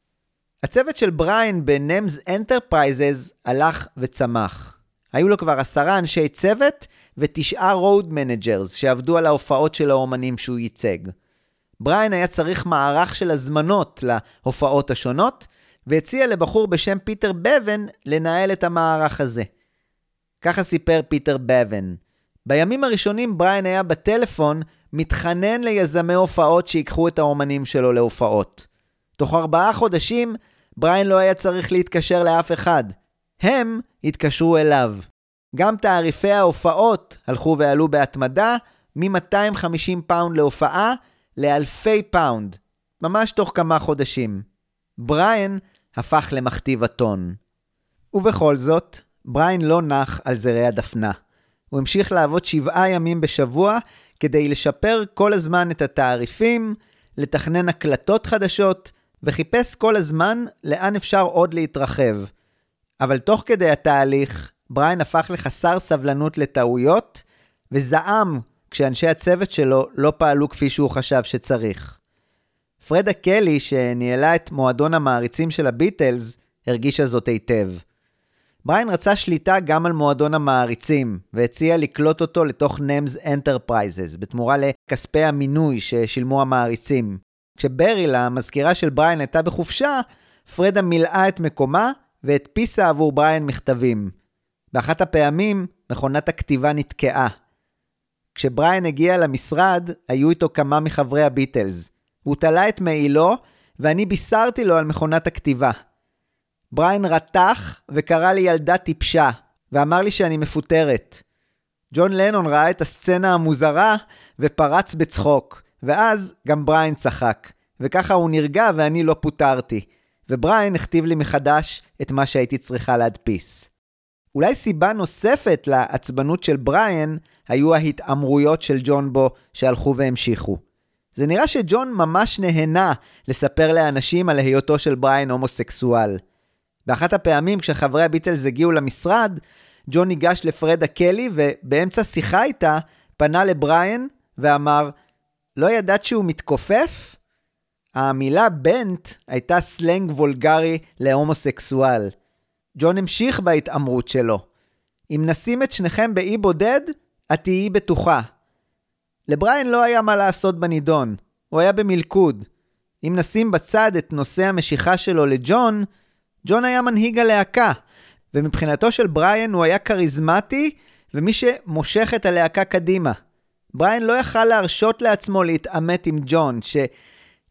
הצוות של בריין בנמס אנטרפרייזס הלך וצמח. היו לו כבר עשרה אנשי צוות ותשעה רוד מנג'רס שעבדו על ההופעות של האומנים שהוא ייצג. בריין היה צריך מערך של הזמנות להופעות השונות, והציע לבחור בשם פיטר בבן לנהל את המערך הזה. ככה סיפר פיטר בבן. בימים הראשונים בריין היה בטלפון מתחנן ליזמי הופעות שיקחו את האומנים שלו להופעות. תוך ארבעה חודשים בריין לא היה צריך להתקשר לאף אחד. הם התקשרו אליו. גם תעריפי ההופעות הלכו ועלו בהתמדה מ-מאתיים וחמישים פאונד להופעה לאלפי פאונד, ממש תוך כמה חודשים. בריין הפך למכתיב הטון. ובכל זאת, בריין לא נח על זרי הדפנה. הוא המשיך לעבוד שבעה ימים בשבוע כדי לשפר כל הזמן את התעריפים, לתכנן הקלטות חדשות, וחיפש כל הזמן לאן אפשר עוד להתרחב. אבל תוך כדי התהליך, בריין הפך לחסר סבלנות לטעויות, וזעם כשאנשי הצוות שלו לא פעלו כפי שהוא חשב שצריך. פרדה קלי, שניהלה את מועדון המעריצים של הביטלס, הרגישה זאת היטב. בריין רצה שליטה גם על מועדון המעריצים, והציע לקלוט אותו לתוך נמס אנטרפרייזס, בתמורה לכספי המינוי ששילמו המעריצים. כשבריל, המזכירה של בריין, הייתה בחופשה, פרדה מילאה את מקומה והדפיסה עבור בריין מכתבים. באחת הפעמים, מכונת הכתיבה נתקעה. כשבריין הגיע למשרד, היו איתו כמה מחברי הביטלס. הוא תלה את מעילו, ואני בישרתי לו על מכונת הכתיבה. בריין רתח וקרא לי ילדה טיפשה, ואמר לי שאני מפוטרת. ג'ון לנון ראה את הסצנה המוזרה ופרץ בצחוק, ואז גם בריין צחק, וככה הוא נרגע ואני לא פוטרתי, ובריין הכתיב לי מחדש את מה שהייתי צריכה להדפיס. אולי סיבה נוספת לעצבנות של בריין היו ההתאמרויות של ג'ון בו שהלכו והמשיכו. זה נראה שג'ון ממש נהנה לספר לאנשים על היותו של בריין הומוסקסואל. באחת הפעמים כשחברי הביטלס הגיעו למשרד, ג'ון ניגש לפרדה קלי ובאמצע שיחה איתה פנה לבריין ואמר, לא ידעת שהוא מתכופף? המילה בנט הייתה סלנג וולגרי להומוסקסואל. ג'ון המשיך בהתאמרות שלו. אם נשים את שניכם באי בודד, את תהיי בטוחה. לבריין לא היה מה לעשות בנידון. הוא היה במלכוד. אם נשים בצד את נושא המשיכה שלו לג'ון, ג'ון היה מנהיג הלהקה. ומבחינתו של בריין הוא היה קריזמטי, ומי שמושך את הלהקה קדימה. בריין לא יכל להרשות לעצמו להתאמת עם ג'ון,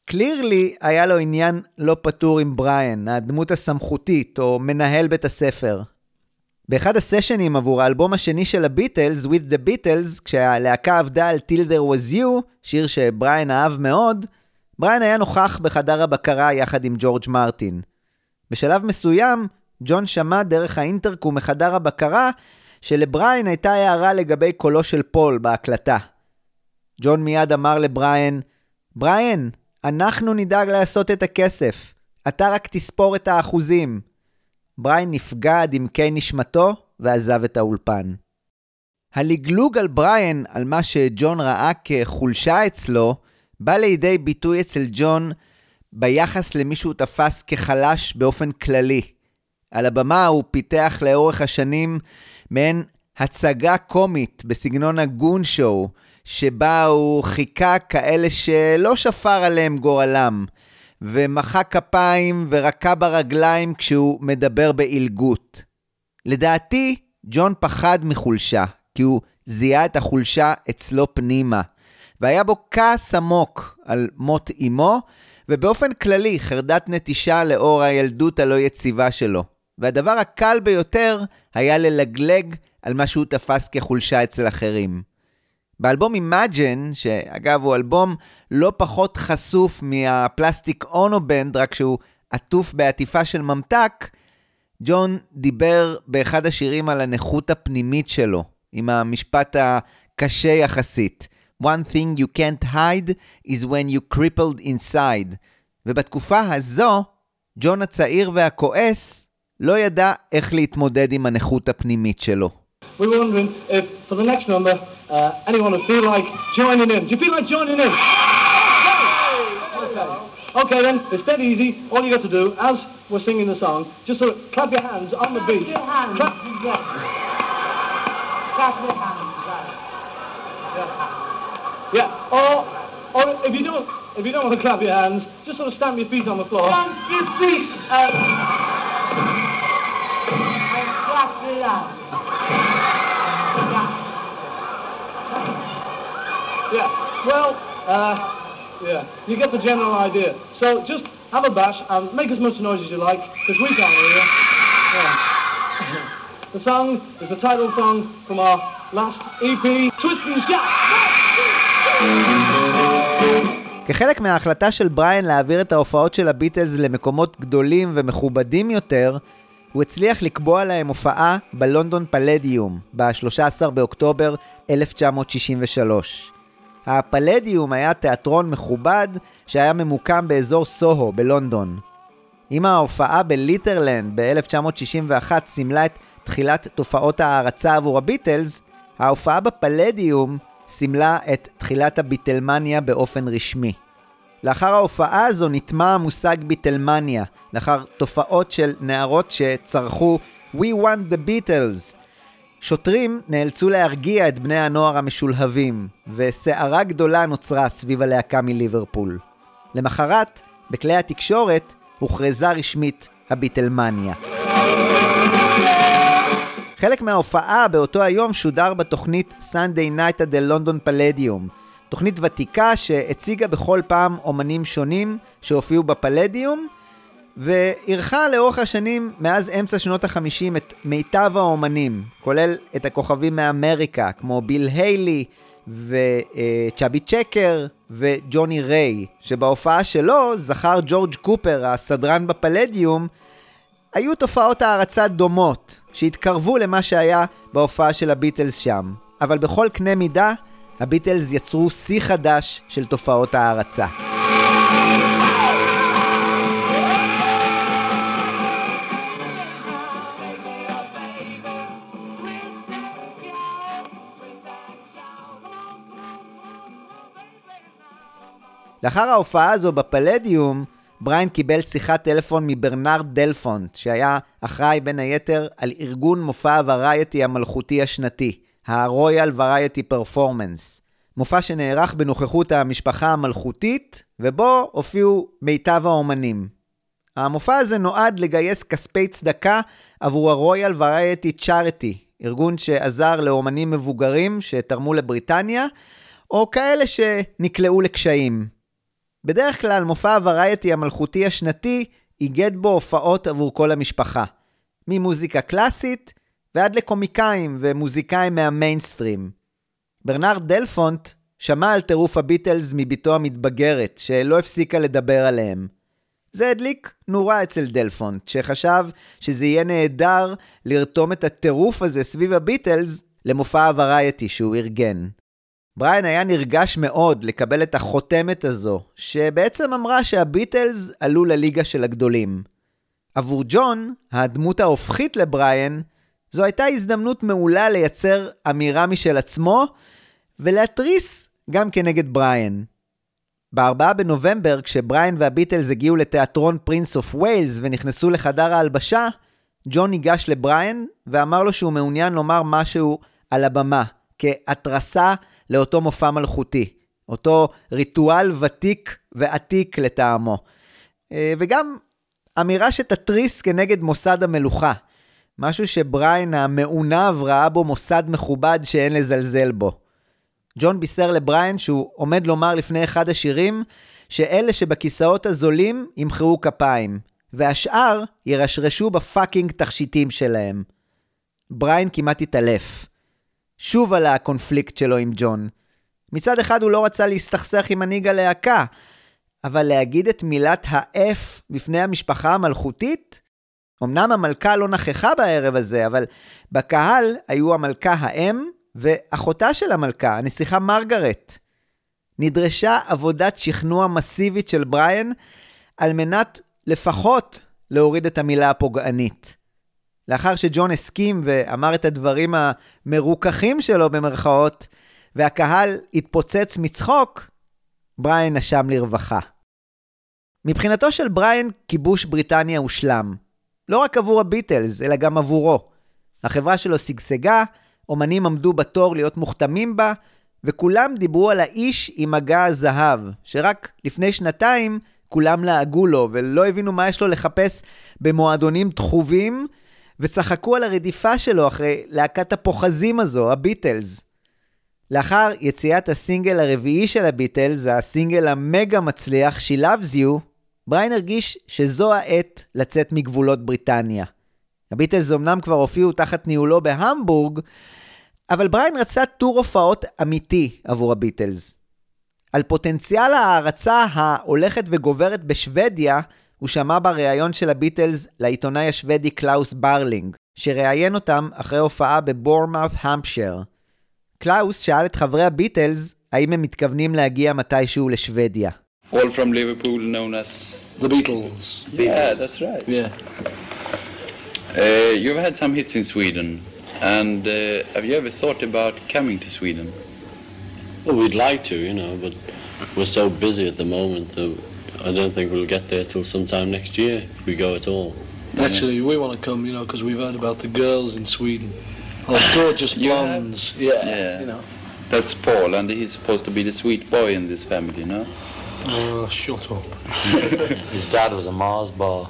קלירלי היה לו עניין לא פתור עם בריאן, הדמות הסמכותית או מנהל בית הספר. באחד הסשנים עבור האלבום השני של הביטלס, With the Beatles, כשהלהקה עבדה על Till There Was You, שיר שבריאן אהב מאוד, בריאן היה נוכח בחדר הבקרה יחד עם ג'ורג' מרטין. בשלב מסוים, ג'ון שמע דרך האינטרקום מחדר הבקרה, שלבריאן הייתה הערה לגבי קולו של פול בהקלטה. ג'ון מיד אמר לבריאן, בריאן, אנחנו נדאג לעשות את הכסף, אתה רק תספור את האחוזים. בריאן נפגע עד עמקי נשמתו ועזב את האולפן. הלגלוג על בריאן, על מה שג'ון ראה כחולשה אצלו, בא לידי ביטוי אצל ג'ון ביחס למישהו תפס כחלש באופן כללי. על הבמה הוא פיתח לאורך השנים מעין הצגה קומית בסגנון הגון שואו, שבה הוא חיכה כאלה שלא שפר עליהם גורלם, ומחא כפיים ורקע ברגליים כשהוא מדבר באילגות. לדעתי, ג'ון פחד מחולשה, כי הוא זיהה את החולשה אצלו פנימה, והיה בו כעס עמוק על מות אמו, ובאופן כללי חרדת נטישה לאור הילדות הלא יציבה שלו. והדבר הקל ביותר היה ללגלג על מה שהוא תפס כחולשה אצל אחרים. באלבום Imagine, שאגב הוא אלבום לא פחות חשוף מהפלסטיק אונו בנד, רק שהוא עטוף בעטיפה של ממתק, ג'ון דיבר באחד השירים על הנכות הפנימית שלו, עם המשפט הקשה יחסית. One thing you can't hide is when you crippled inside. ובתקופה הזו, ג'ון הצעיר והכועס לא ידע איך להתמודד עם הנכות הפנימית שלו. We were wondering if, for the next number, uh, anyone would feel like joining in. Do you feel like joining in? Okay. Okay then, it's dead easy. All you got to do, as we're singing the song, just sort of clap your hands on the beat. Clap your hands, clap. yes. Clap your hands, right. Yeah. Yeah. Or, or if you don't, if you don't want to clap your hands, just sort of stamp your feet on the floor. Stamp your feet out. And clap your hands. Yeah, well, uh, yeah, you get the general idea. So just have a bash and make as much noise as you like, because we can't hear you. Yeah. The song is the title song from our last E P, Twist and Shout. כחלק מההחלטה של בריאן להעביר את ההופעות של הביטלס למקומות גדולים ומכובדים יותר, הוא הצליח לקבוע להם הופעה בלונדון פלדיום, ב-שלושה עשר באוקטובר אלף תשע מאות שישים ושלוש. הפלדיום היה תיאטרון מכובד שהיה ממוקם באזור סוהו בלונדון. עם ההופעה בליטרלנד ב-אלף תשע מאות שישים ואחת סימלה את תחילת תופעות הערצה עבור הביטלס, ההופעה בפלדיום סימלה את תחילת הביטלמניה באופן רשמי. לאחר ההופעה הזו נטמע המושג ביטלמניה, לאחר תופעות של נערות שצרכו We want the Beatles. שוטרים נאלצו להרגיע את בני הנוער המשולהבים, וסערה גדולה נוצרה סביב הלהקה מליברפול. למחרת, בכלי התקשורת, הוכרזה רשמית הביטלמניה. חלק מההופעה באותו היום שודר בתוכנית Sunday Night at the London Palladium, תוכנית ותיקה שהציגה בכל פעם אומנים שונים שהופיעו בפלדיום, וערכה לאורך השנים מאז אמצע שנות החמישים את מיטב האומנים, כולל את הכוכבים מאמריקה, כמו ביל היילי וצ'אבי צ'קר וג'וני ריי, שבהופעה שלו זכר ג'ורג' קופר, הסדרן בפלדיום. היו תופעות הערצה דומות, שהתקרבו למה שהיה בהופעה של הביטלס שם, אבל בכל קנה מידה, הביטלס יצרו שיא חדש של תופעות הערצה. לאחר ההופעה הזו בפלדיום, בריאן קיבל שיחת טלפון מברנרד דלפונט, שהיה אחראי בין היתר על ארגון מופע הוורייטי המלכותי השנתי, הרויאל וורייטי פרפורמנס. מופע שנערך בנוכחות המשפחה המלכותית, ובו הופיעו מיטב האומנים. המופע הזה נועד לגייס כספי צדקה עבור הרויאל וורייטי צ'אריטי, ארגון שעזר לאומנים מבוגרים שתרמו לבריטניה, או כאלה שנקלעו לקשיים. בדרך כלל מופע הוורייטי המלכותי השנתי איגד בו הופעות עבור כל המשפחה, ממוזיקה קלאסית ועד לקומיקאים ומוזיקאים מהמיינסטרים. ברנרד דלפונט שמע על טירוף הביטלס מביתו המתבגרת, שלא הפסיקה לדבר עליהם. זה הדליק נורה אצל דלפונט, שחשב שזה יהיה נהדר לרתום את הטירוף הזה סביב הביטלס למופע הוורייטי שהוא ארגן. בריין היה נרגש מאוד לקבל את החותמת הזו, שבעצם אמרה שהביטלס עלו לליגה של הגדולים. עבור ג'ון, הדמות ההופכית לבריין, זו הייתה הזדמנות מעולה לייצר אמירה משל עצמו, ולהתריס גם כנגד בריין. בארבעה בנובמבר, כשבריין והביטלס הגיעו לתיאטרון פרינס אוף ויילס ונכנסו לחדר ההלבשה, ג'ון ניגש לבריין ואמר לו שהוא מעוניין לומר משהו על הבמה, כהתרסה לאותו מופע מלכותי, אותו ריטואל ותיק ועתיק לטעמו. וגם אמירה שתתריס כנגד מוסד המלוכה, משהו שבריין המעונב ראה בו מוסד מכובד שאין לזלזל בו. ג'ון בישר לבריין שהוא עומד לומר לפני אחד השירים שאלה שבכיסאות הזולים ימחאו כפיים, והשאר ירשרשו בפאקינג תכשיטים שלהם. בריין כמעט התעלף. שוב על הקונפליקט שלו עם ג'ון. מצד אחד הוא לא רצה להסתכסך עם מנהיג הלהקה, אבל להגיד את מילת ה-F בפני המשפחה המלכותית? אמנם המלכה לא נכחה בערב הזה, אבל בקהל היו המלכה האם ואחותה של המלכה, הנסיכה מרגרט. נדרשה עבודת שכנוע מסיבית של בריין על מנת לפחות להוריד את המילה הפוגענית. לאחר שג'ון הסכים ואמר את הדברים המרוככים שלו במרכאות, והקהל התפוצץ מצחוק, בריין נשם לרווחה. מבחינתו של בריין, כיבוש בריטניה הושלם. לא רק עבור הביטלס, אלא גם עבורו. החברה שלו סגסגה, אומנים עמדו בתור להיות מוכתמים בה, וכולם דיברו על האיש עם מגע הזהב, שרק לפני שנתיים כולם לעגו לו, ולא הבינו מה יש לו לחפש במועדונים תחובים, וצחקו על הרדיפה שלו אחרי להקת הפוחזים הזו, הביטלס. לאחר יציאת הסינגל הרביעי של הביטלס, הסינגל המגה מצליח, She Loves You, בריין הרגיש שזו העת לצאת מגבולות בריטניה. הביטלס אומנם כבר הופיעו תחת ניהולו בהמבורג, אבל בריין רצה טור הופעות אמיתי עבור הביטלס. על פוטנציאל ההערצה ההולכת וגוברת בשוודיה, הוא שמע בריאיון של הביטלס לעיתונאי השוודי קלאוס ברלינג, שראיין אותם אחרי הופעה בבורמאות' המפשר. קלאוס שאל את חברי הביטלס האם הם מתכוונים להגיע מתישהו לשוודיה. All from Liverpool known as The Beatles. Yeah, that's right. Yeah. Uh, you've had some hits in Sweden, and uh, have you ever thought about coming to Sweden? Well, we'd like to, you know, but we're so busy at the moment that I don't think we'll get there till sometime next year, if we go at all. Actually, we want to come, you know, because we've heard about the girls in Sweden. Oh, gorgeous blondes. Yeah, Yeah. you know. That's Paul, and he's supposed to be the sweet boy in this family, no? Oh, shut up. His dad was a Mars bar.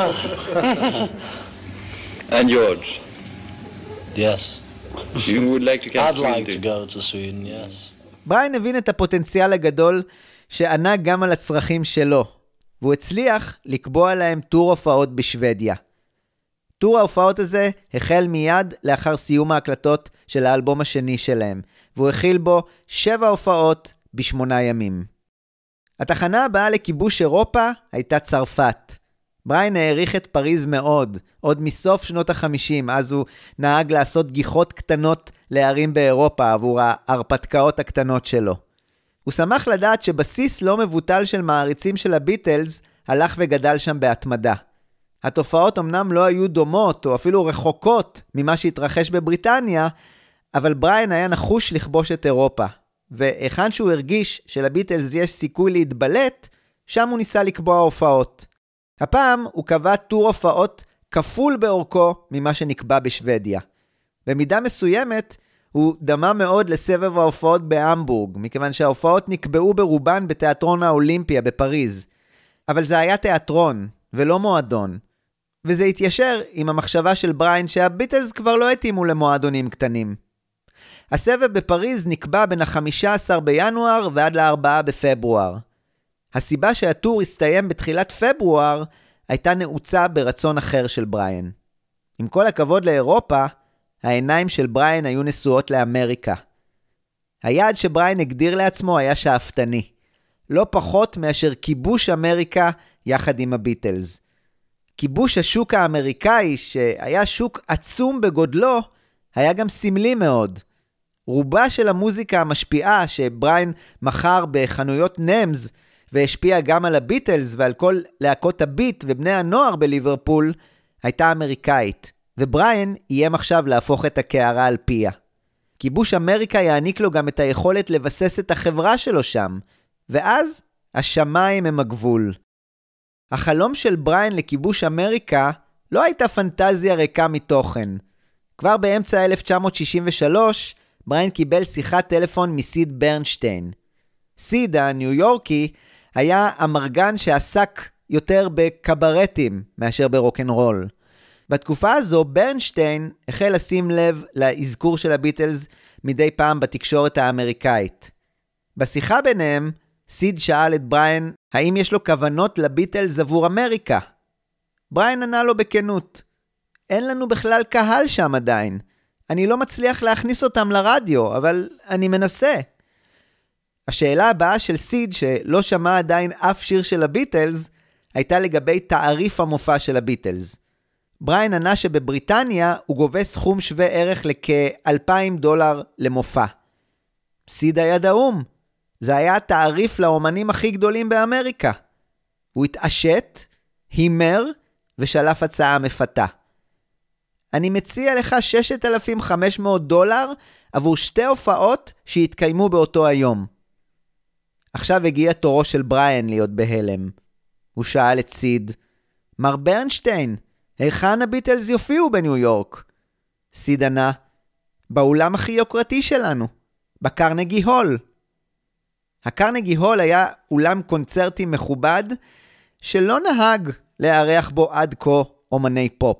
And George, Yes. you would like to come I'd to Sweden like to too? go to Sweden, yes. בריין הבין את הפוטנציאל הגדול שענה גם על הצרכים שלו, והוא הצליח לקבוע להם טור הופעות בשוודיה. טור ההופעות הזה החל מיד לאחר סיום ההקלטות של האלבום השני שלהם, והוא הכיל בו שבע הופעות בשמונה ימים. התחנה הבאה לכיבוש אירופה הייתה צרפת. בריין העריך את פריז מאוד, עוד מסוף שנות החמישים, אז הוא נהג לעשות גיחות קטנות לערים באירופה עבור ההרפתקאות הקטנות שלו. הוא שמח לדעת שבסיס לא מבוטל של מעריצים של הביטלס הלך וגדל שם בהתמדה. התופעות אמנם לא היו דומות או אפילו רחוקות ממה שהתרחש בבריטניה, אבל בריין היה נחוש לכבוש את אירופה. והיכן שהוא הרגיש שלביטלס יש סיכוי להתבלט, שם הוא ניסה לקבוע הופעות. הפעם הוא קבע טור הופעות כפול באורכו ממה שנקבע בשוודיה. במידה מסוימת הוא דמה מאוד לסבב ההופעות בהמבורג, מכיוון שההופעות נקבעו ברובן בתיאטרון האולימפיה בפריז. אבל זה היה תיאטרון ולא מועדון. וזה התיישר עם המחשבה של בריין שהביטלס כבר לא התאימו למועדונים קטנים. הסבב בפריז נקבע בין ה-חמישה עשר בינואר ועד ל-ארבעה בפברואר. הסיבה שהטור הסתיים בתחילת פברואר הייתה נעוצה ברצון אחר של בריאן. עם כל הכבוד לאירופה, העיניים של בריאן היו נשואות לאמריקה. היעד שבריאן הגדיר לעצמו היה שאפתני, לא פחות מאשר כיבוש אמריקה יחד עם הביטלס. כיבוש השוק האמריקאי, שהיה שוק עצום בגודלו, היה גם סמלי מאוד. רובה של המוזיקה המשפיעה שבריאן מכר בחנויות נמס, והשפיע גם על הביטלס ועל כל להקות הביט ובני הנוער בליברפול, הייתה אמריקאית, ובריאן איים עכשיו להפוך את הקערה על פיה. כיבוש אמריקה יעניק לו גם את היכולת לבסס את החברה שלו שם, ואז השמיים הם הגבול. החלום של בריאן לכיבוש אמריקה לא הייתה פנטזיה ריקה מתוכן. כבר באמצע אלף תשע מאות שישים ושלוש, בריאן קיבל שיחת טלפון מסיד ברנשטיין. סיד, הניו יורקי, היה אמרגן שעסק יותר בקברטים מאשר ברוקנרול. בתקופה הזו ברנשטיין החל לשים לב לאזכור של הביטלס מדי פעם בתקשורת האמריקאית. בשיחה ביניהם, סיד שאל את בריאן האם יש לו כוונות לביטלס עבור אמריקה. בריאן ענה לו בכנות, אין לנו בכלל קהל שם עדיין. אני לא מצליח להכניס אותם לרדיו, אבל אני מנסה. השאלה הבאה של סיד, שלא שמע עדיין אף שיר של הביטלס, הייתה לגבי תעריף המופע של הביטלס. בריאן ענה שבבריטניה הוא גובה סכום שווה ערך לכ-אלפיים דולר למופע. סיד היה דאום. זה היה תעריף לאומנים הכי גדולים באמריקה. הוא התעשת, הימר ושלף הצעה מפתה. אני מציע לך שישת אלפים וחמש מאות דולר עבור שתי הופעות שהתקיימו באותו היום. עכשיו הגיע תורו של בריאן להיות בהלם. הוא שאל את סיד, מר ברנשטיין, היכן הביטלס יופיעו בניו יורק? סיד ענה, באולם הכי יוקרתי שלנו, בקרנגי הול. הקרנגי הול היה אולם קונצרטי מכובד שלא נהג לארח בו עד כה אומני פופ.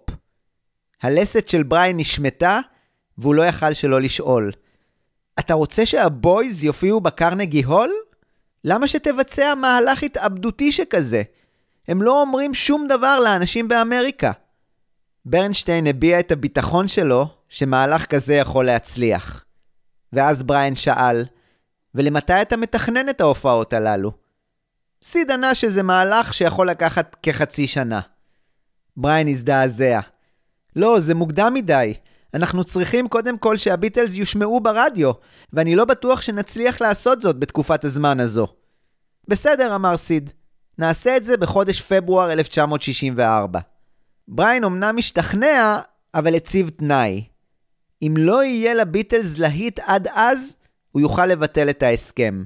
הלסת של בריאן נשמטה והוא לא יכל שלא לשאול. אתה רוצה שהבויז יופיעו בקרנגי הול? למה שתבצע מהלך התאבדותי שכזה? הם לא אומרים שום דבר לאנשים באמריקה. ברנשטיין הביע את הביטחון שלו שמהלך כזה יכול להצליח. ואז בריאן שאל, ולמתי אתה מתכנן את ההופעות הללו? סיד ענה שזה מהלך שיכול לקחת כחצי שנה. בריאן הזדעזע. לא, זה מוקדם מדי. אנחנו צריכים קודם כל שהביטלס יושמעו ברדיו, ואני לא בטוח שנצליח לעשות זאת בתקופת הזמן הזו. בסדר, אמר סיד. נעשה את זה בחודש פברואר אלף תשע מאות שישים וארבע. בריאן אמנם משתכנע, אבל הציב תנאי. אם לא יהיה לביטלס להיט עד אז, הוא יוכל לבטל את ההסכם.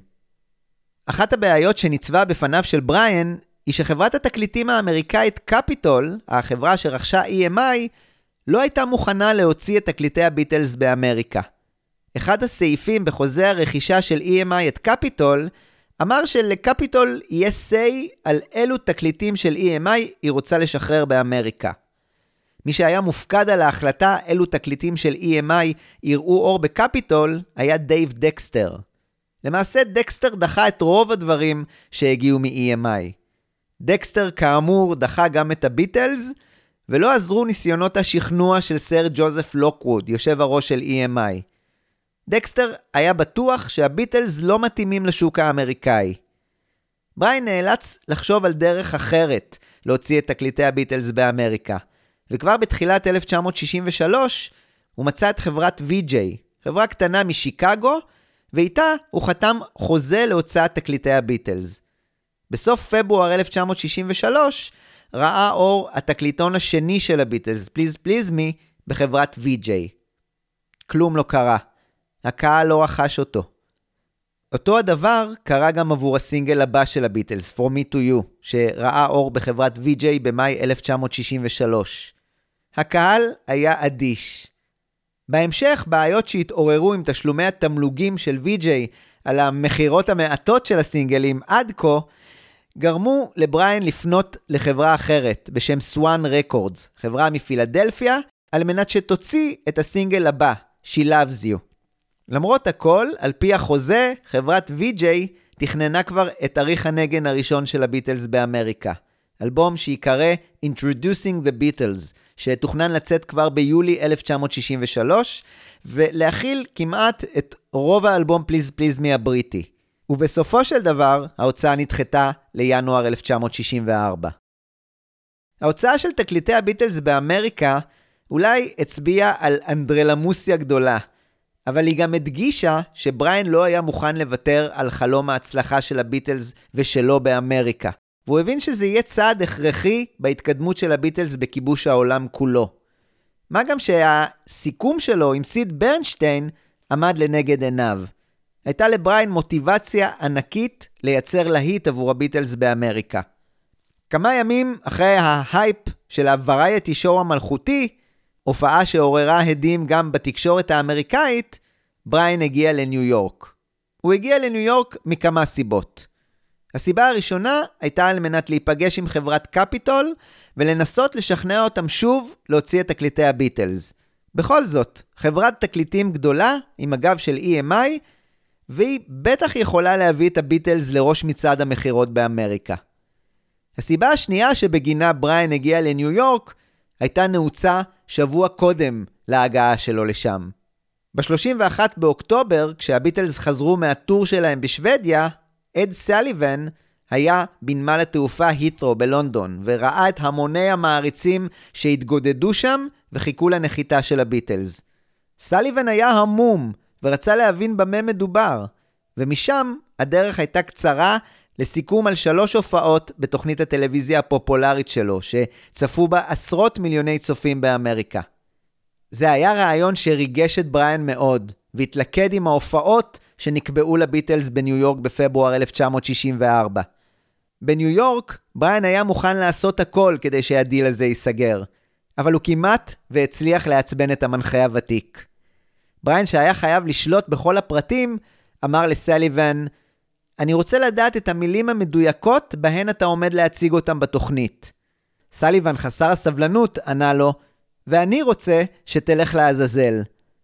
אחת הבעיות שניצבה בפניו של בריאן, היא שחברת התקליטים האמריקאית קפיטול, החברה שרכשה אי אם איי, לא הייתה מוכנה להוציא את תקליטי הביטלס באמריקה. אחד הסעיפים בחוזה הרכישה של אי אם איי את קפיטול, אמר שלקפיטול יהיה say על אילו תקליטים של אי אם איי היא רוצה לשחרר באמריקה. מי שהיה מופקד על ההחלטה אילו תקליטים של אי אם איי יראו אור בקפיטול היה דייב דקסטר. למעשה דקסטר דחה את רוב הדברים שהגיעו מ-אי אם איי. דקסטר כאמור דחה גם את הביטלס, ולא עזרו ניסיונות השכנוע של סר ג'וזף לוקווד, יושב הראש של אי אם איי. דקסטר היה בטוח שהביטלס לא מתאימים לשוק האמריקאי. בריאן נאלץ לחשוב על דרך אחרת להוציא את תקליטי הביטלס באמריקה, וכבר בתחילת אלף תשע מאות שישים ושלוש הוא מצא את חברת וי ג'יי, חברה קטנה משיקגו, ואיתה הוא חתם חוזה להוצאת תקליטי הביטלס. בסוף פברואר אלף תשע מאות שישים ושלוש ראה אור התקליטון השני של הביטלס, Please Please Me, בחברת וי ג'יי. כלום לא קרה. הקהל לא רכש אותו. אותו הדבר קרה גם עבור הסינגל הבא של הביטלס, From Me to You, שראה אור בחברת וי ג'יי במאי אלף תשע מאות שישים ושלוש. הקהל היה אדיש. בהמשך, בעיות שהתעוררו עם תשלומי התמלוגים של וי ג'יי על המחירות המעטות של הסינגלים עד כה, גרמו לבריאן לפנות לחברה אחרת בשם סואן רקורדס, חברה מפילדלפיה, על מנת שתוציא את הסינגל הבא, She Loves You. למרות הכל, על פי החוזה, חברת וי ג'יי תכננה כבר את תאריך הנגן הראשון של הביטלס באמריקה. אלבום שיקרא Introducing the Beatles, שתוכנן לצאת כבר ביולי אלף תשע מאות שישים ושלוש, ולהכיל כמעט את רוב האלבום פליז פליז מי הבריטי. ובסופו של דבר, ההוצאה נדחתה לינואר אלף תשע מאות שישים וארבע. ההוצאה של תקליטי הביטלס באמריקה אולי הצביעה על אנדרלמוסיה גדולה, אבל היא גם הדגישה שבריין לא היה מוכן לוותר על חלום ההצלחה של הביטלס ושלו באמריקה. והוא הבין שזה יהיה צעד הכרחי בהתקדמות של הביטלס בכיבוש העולם כולו. מה גם שהסיכום שלו עם סיד ברנשטיין עמד לנגד עיניו. הייתה לבריין מוטיבציה ענקית לייצר להיט עבור הביטלס באמריקה. כמה ימים אחרי ההייפ של הוורייטי שואו המלכותי, הופעה שעוררה הדים גם בתקשורת האמריקאית, בריין הגיע לניו יורק. הוא הגיע לניו יורק מכמה סיבות. הסיבה הראשונה הייתה על מנת להיפגש עם חברת קפיטול ולנסות לשכנע אותם שוב להוציא את תקליטי הביטלס. בכל זאת, חברת תקליטים גדולה עם הגב של אי אם איי, והיא בטח יכולה להביא את הביטלס לראש מצעד המחירות באמריקה. הסיבה השנייה שבגינה בריין הגיע לניו יורק הייתה נעוצה שבוע קודם להגעה שלו לשם. ב-שלושים ואחד באוקטובר, כשהביטלס חזרו מהטור שלהם בשוודיה, אד סליבן היה בנמל התעופה הית'רו בלונדון, וראה את המוני המעריצים שהתגודדו שם וחיכו לנחיתה של הביטלס. סליבן היה המום ורצה להבין במה מדובר, ומשם הדרך הייתה קצרה לסיכום על שלוש הופעות בתוכנית הטלוויזיה הפופולרית שלו, שצפו בה עשרות מיליוני צופים באמריקה. זה היה רעיון שריגש את בריין מאוד, והתלכד עם ההופעות שנקבעו לביטלס בניו יורק בפברואר אלף תשע מאות שישים וארבע. בניו יורק, בריין היה מוכן לעשות הכל כדי שהדיל הזה ייסגר, אבל הוא כמעט והצליח לעצבן את המנחה הוותיק. בריין, שהיה חייב לשלוט בכל הפרטים, אמר לסליבן, אני רוצה לדעת את המילים המדויקות בהן אתה עומד להציג אותם בתוכנית. סליבן חסר הסבלנות ענה לו, ואני רוצה שתלך לעזאזל.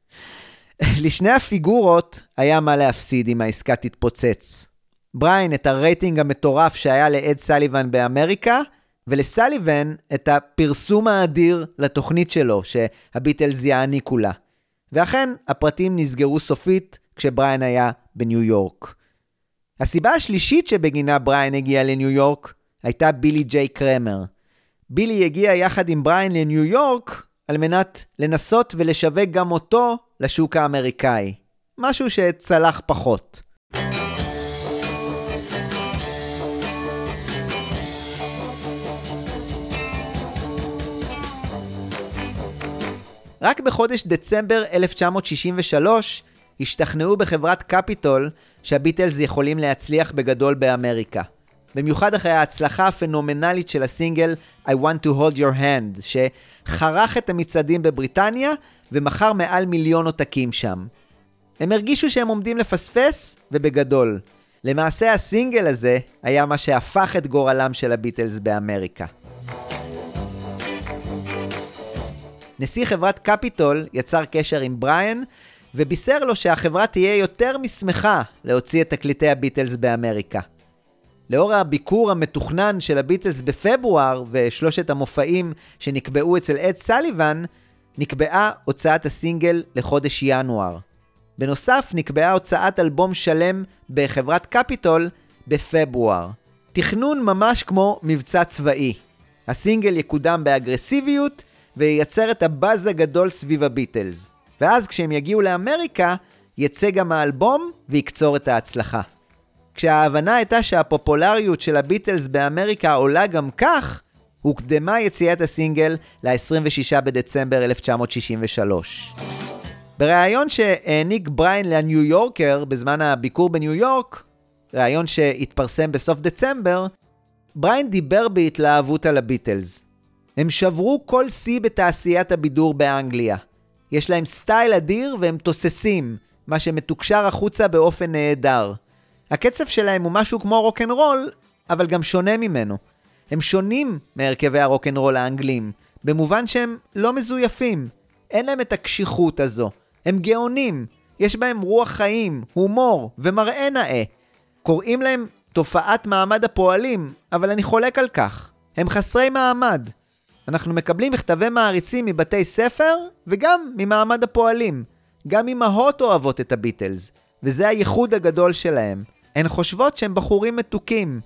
לשני הפיגורות היה מה להפסיד אם העסקה תתפוצץ. בריין את הרייטינג המטורף שהיה לאד סליבן באמריקה, ולסליבן את הפרסום האדיר לתוכנית שלו שהביטלס יעניקו לה. ואכן הפרטים נסגרו סופית כשבריין היה בניו יורק. הסיבה השלישית שבגינה בריין הגיע לניו יורק הייתה בילי ג'יי קרמר. בילי הגיע יחד עם בריין לניו יורק על מנת לנסות ולשווק גם אותו לשוק האמריקאי. משהו שצלח פחות. רק בחודש דצמבר אלף תשע מאות שישים ושלוש השתכנעו בחברת קפיטול שהביטלס יכולים להצליח בגדול באמריקה. במיוחד אחרי ההצלחה הפנומנלית של הסינגל I Want to Hold Your Hand, שחרך את המצעדים בבריטניה ומחר מעל מיליון עותקים שם. הם הרגישו שהם עומדים לפספס ובגדול. למעשה הסינגל הזה היה מה שהפך את גורלם של הביטלס באמריקה. נשיא חברת קפיטול יצר קשר עם בריין ובישר לו שהחברה תהיה יותר משמחה להוציא את תקליטי הביטלס באמריקה. לאור הביקור המתוכנן של הביטלס בפברואר ושלושת המופעים שנקבעו אצל אד סליבן, נקבעה הוצאת הסינגל לחודש ינואר. בנוסף נקבעה הוצאת אלבום שלם בחברת קפיטול בפברואר. תכנון ממש כמו מבצע צבאי. הסינגל יקודם באגרסיביות וייצר את הבאז הגדול סביב הביטלס. ואז כשהם יגיעו לאמריקה, יצא גם האלבום ויקצור את ההצלחה. כשההבנה הייתה שהפופולריות של הביטלס באמריקה עולה גם כך, הוקדמה יציאת הסינגל ל-עשרים ושישה בדצמבר אלף תשע מאות שישים ושלוש. בראיון שהעניק בריין לניו יורקר בזמן הביקור בניו יורק, ראיון שהתפרסם בסוף דצמבר, בריין דיבר בהתלהבות על הביטלס. הם שברו כל שיא בתעשיית הבידור באנגליה. יש להם סטייל אדיר והם תוססים, מה שמתוקשר החוצה באופן נהדר. הקצב שלהם הוא משהו כמו רוק'נ'רול, אבל גם שונה ממנו. הם שונים מהרכבי הרוק'נ'רול האנגלים, במובן שהם לא מזויפים. אין להם את הקשיחות הזו. הם גאונים, יש בהם רוח חיים, הומור ומראה נאה. קוראים להם תופעת מעמד הפועלים, אבל אני חולק על כך. הם חסרי מעמד. אנחנו מקבלים מכתבי מעריצים מבתי ספר וגם ממעמד הפועלים. גם אמהות אוהבות את הביטלס, וזה הייחוד הגדול שלהם. הן חושבות שהם בחורים מתוקים.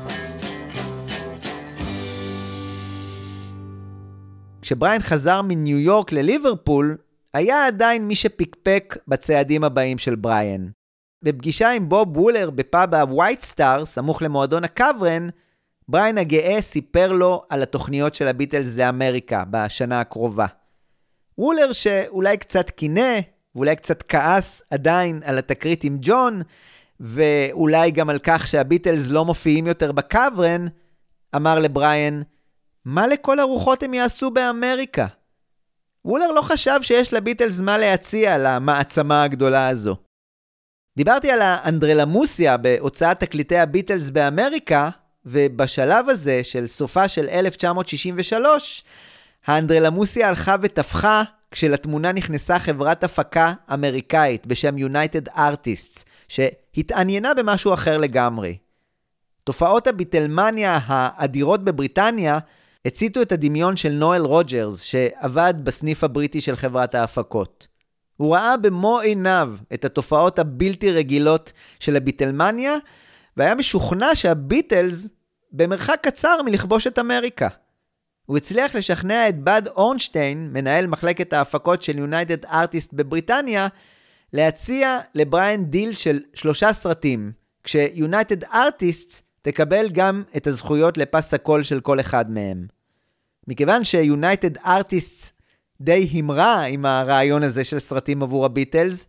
כשבריין חזר מניו יורק לליברפול, היה עדיין מי שפיקפק בצעדים הבאים של בריין. בפגישה עם בוב וולר בפאב הווייט סטאר, סמוך למועדון הקברן, בריין הגאה סיפר לו על התוכניות של הביטלס לאמריקה בשנה הקרובה. וולר שאולי קצת קינה, ואולי קצת כעס עדיין על התקרית עם ג'ון, ואולי גם על כך שהביטלס לא מופיעים יותר בקברן, אמר לבריין, מה לכל הרוחות הם יעשו באמריקה? וולר לא חשב שיש לביטלס מה להציע למעצמה הגדולה הזו. דיברתי על האנדרלמוסיה בהוצאת תקליטי הביטלס באמריקה, ובשלב הזה של סופה של אלף תשע מאות שישים ושלוש, האנדרלמוסיה הלכה ותפחה כשלתמונה נכנסה חברת הפקה אמריקאית בשם United Artists, שהתעניינה במשהו אחר לגמרי. תופעות הביטלמניה האדירות בבריטניה הציתו את הדמיון של נואל רוג'רס, שעבד בסניף הבריטי של חברת ההפקות. הוא ראה במו עיניו את התופעות הבלתי רגילות של הביטלמניה, והיה משוכנע שהביטלס במרחק קצר מלכבוש את אמריקה. הוא הצליח לשכנע את בד אורנשטיין, מנהל מחלקת ההפקות של United Artists בבריטניה, להציע לבריין דיל של שלושה סרטים, כש-United Artists תקבל גם את הזכויות לפס הקול של כל אחד מהם. מכיוון ש-United Artists די המרה עם הרעיון הזה של סרטים עבור הביטלס,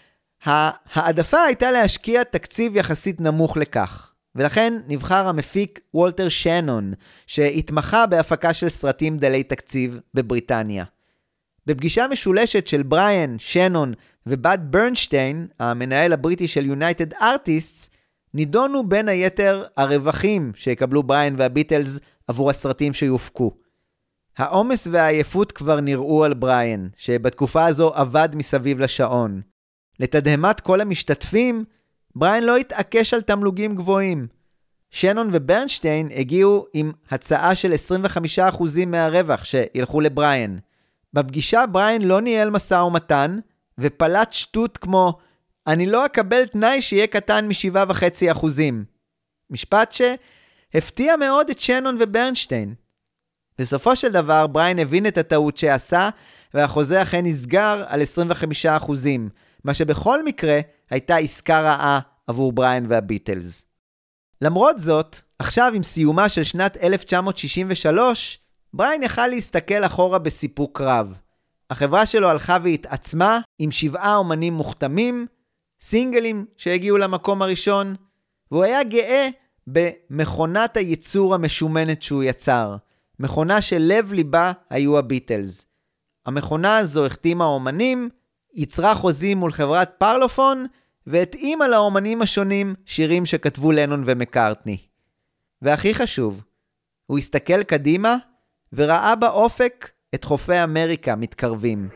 העדפה הייתה להשקיע תקציב יחסית נמוך לכך, ולכן נבחר המפיק וולטר שנון, שהתמחה בהפקה של סרטים דלי תקציב בבריטניה. בפגישה משולשת של בריין, שנון ובד ברנשטיין, המנהל הבריטי של United Artists, נידונו בין היתר הרווחים שיקבלו בריין והביטלס עבור הסרטים שיופקו. העומס והעייפות כבר נראו על בריין, שבתקופה הזו עבד מסביב לשעון. לתדהמת כל המשתתפים, בריין לא התעקש על תמלוגים גבוהים. שנון וברנשטיין הגיעו עם הצעה של עשרים וחמישה אחוז מהרווח שילכו לבריין. בפגישה בריין לא ניהל משא ומתן, ופלט שטות כמו, אני לא אקבל תנאי שיהיה קטן מ-שבעה וחצי אחוזים. משפט שהפתיע מאוד את שנון וברנשטיין. בסופו של דבר בריין הבין את הטעות שעשה, והחוזה אכן נסגר על עשרים וחמישה אחוזים, מה שבכל מקרה הייתה עסקה רעה עבור בריין והביטלס. למרות זאת, עכשיו עם סיומה של שנת אלף תשע מאות שישים ושלוש, בריין יכל להסתכל אחורה בסיפוק רב. החברה שלו הלכה והתעצמה עם שבעה אומנים מוכתמים, סינגלים שהגיעו למקום הראשון, והוא היה גאה במכונת הייצור המשומנת שהוא יצר, מכונה שלב ליבה היו הביטלס. המכונה הזו החתימה אומנים, יצרה חוזים מול חברת פרלופון, והתאימה לאומנים השונים שירים שכתבו לנון ומקארטני. והכי חשוב, הוא הסתכל קדימה וראה באופק את חופי אמריקה מתקרבים.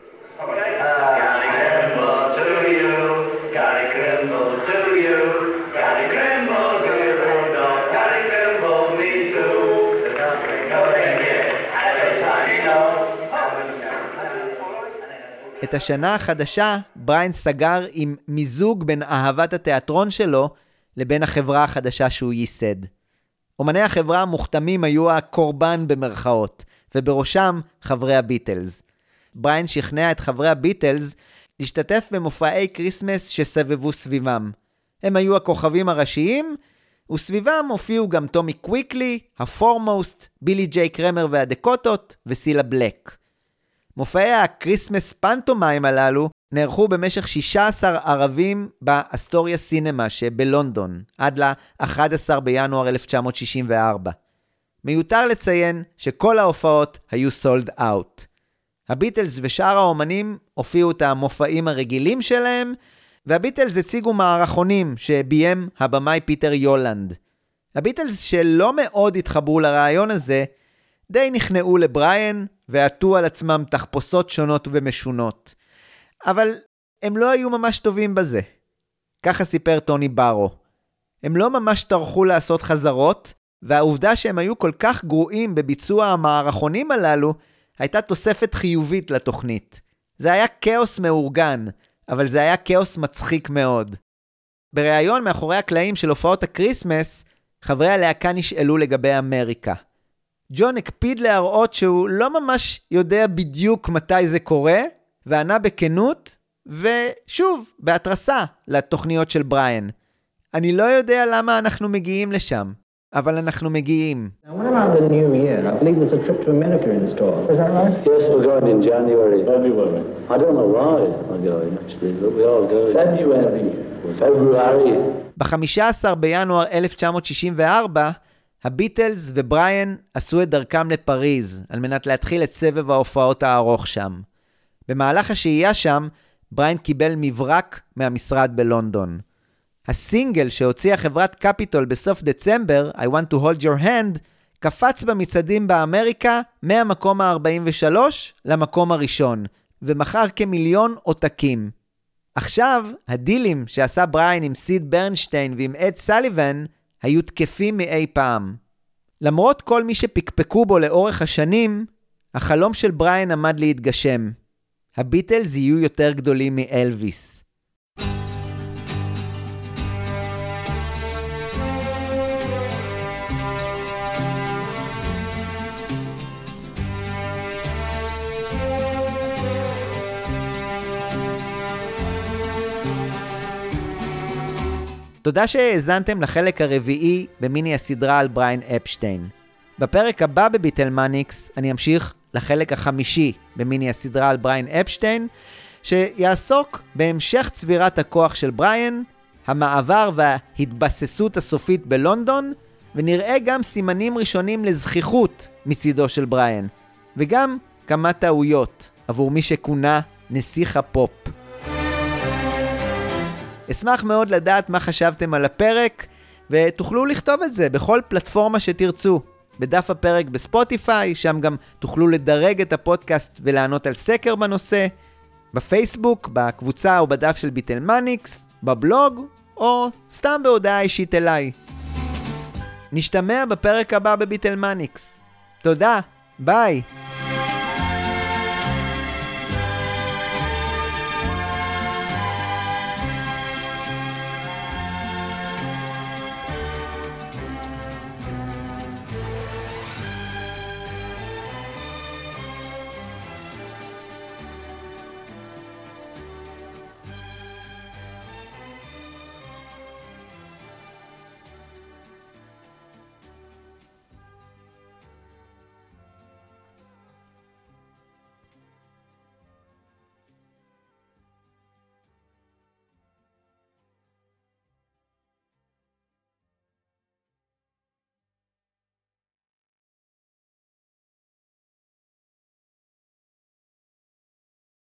את השנה החדשה בריין סגר עם מיזוג בין אהבת התיאטרון שלו לבין החברה החדשה שהוא ייסד. אומני החברה המוכתמים היו הקורבן במרכאות, ובראשם חברי הביטלס. בריין שכנע את חברי הביטלס להשתתף במופעי קריסמס שסבבו סביבם. הם היו הכוכבים הראשיים, וסביבם הופיעו גם טומי קוויקלי, הפורמוסט, בילי ג'יי קרמר והדקוטות וסילה בלק. מופעי הקריסמס פנטומיים הללו נערכו במשך שישה עשר ערבים באסטוריה סינמה שבלונדון, עד ל-אחד עשר בינואר אלף תשע מאות שישים וארבע. מיותר לציין שכל ההופעות היו סולד אאוט. הביטלס ושאר האומנים הופיעו את המופעים הרגילים שלהם, והביטלס הציגו מערכונים שביים הבמאי פיטר יולנד. הביטלס שלא מאוד התחברו לרעיון הזה, די נכנעו לבריין ועטו על עצמם תחפושות שונות ומשונות. אבל הם לא היו ממש טובים בזה. ככה סיפר טוני ברו. הם לא ממש טרחו לעשות חזרות, והעובדה שהם היו כל כך גרועים בביצוע המערכונים הללו, הייתה תוספת חיובית לתוכנית. זה היה כאוס מאורגן, אבל זה היה כאוס מצחיק מאוד. בריאיון מאחורי הקלעים של הופעות הקריסמס, חברי הלהקה נשאלו לגבי אמריקה. ג'ון הקפיד להראות שהוא לא ממש יודע בדיוק מתי זה קורה, וענה בכנות, ושוב, בהתרסה לתוכניות של בריאן. אני לא יודע למה אנחנו מגיעים לשם, אבל אנחנו מגיעים. Now, what about the new year? I believe there's a trip to America in store. Is that right? Yes, we're going in January. February. I don't know why we're going, actually, but we all go. February. February. ב-חמישה עשר בינואר אלף תשע מאות שישים וארבע, הביטלס ובריאן עשו את דרכם לפריז, על מנת להתחיל את סבב ההופעות הארוך שם. במהלך השהייה שם, בריאן קיבל מברק מהמשרד בלונדון. הסינגל שהוציאה חברת קפיטול בסוף דצמבר, I want to hold your hand, קפץ במצעדים באמריקה מהמקום ה-ארבעים ושלוש למקום הראשון, ומכר כמיליון עותקים. עכשיו, הדילים שעשה בריאן עם סיד ברנשטיין ועם אד סליבן, היו תקפים מאי פעם. למרות כל מי שפקפקו בו לאורך השנים, החלום של בריאן עמד להתגשם. הביטלס יהיו יותר גדולים מאלוויס. תודה שהאזנתם לחלק הרביעי במיני הסדרה על בריאן אפשטיין. בפרק הבא בביטלמניקס אני אמשיך לחלק החמישי במיני הסדרה על בריאן אפשטיין, שיעסוק בהמשך צבירת הכוח של בריאן, המעבר וההתבססות הסופית בלונדון, ונראה גם סימנים ראשונים לזכיחות מצידו של בריאן, וגם כמה טעויות עבור מי שכונה נסיך הפופ. אשמח מאוד לדעת מה חשבתם על הפרק, ותוכלו לכתוב את זה בכל פלטפורמה שתרצו. בדף הפרק בספוטיפיי, שם גם תוכלו לדרג את הפודקאסט ולענות על סקר בנושא, בפייסבוק, בקבוצה או בדף של ביטלמניקס, בבלוג, או סתם בהודעה אישית אליי. נשתמע בפרק הבא בביטלמניקס. תודה, ביי.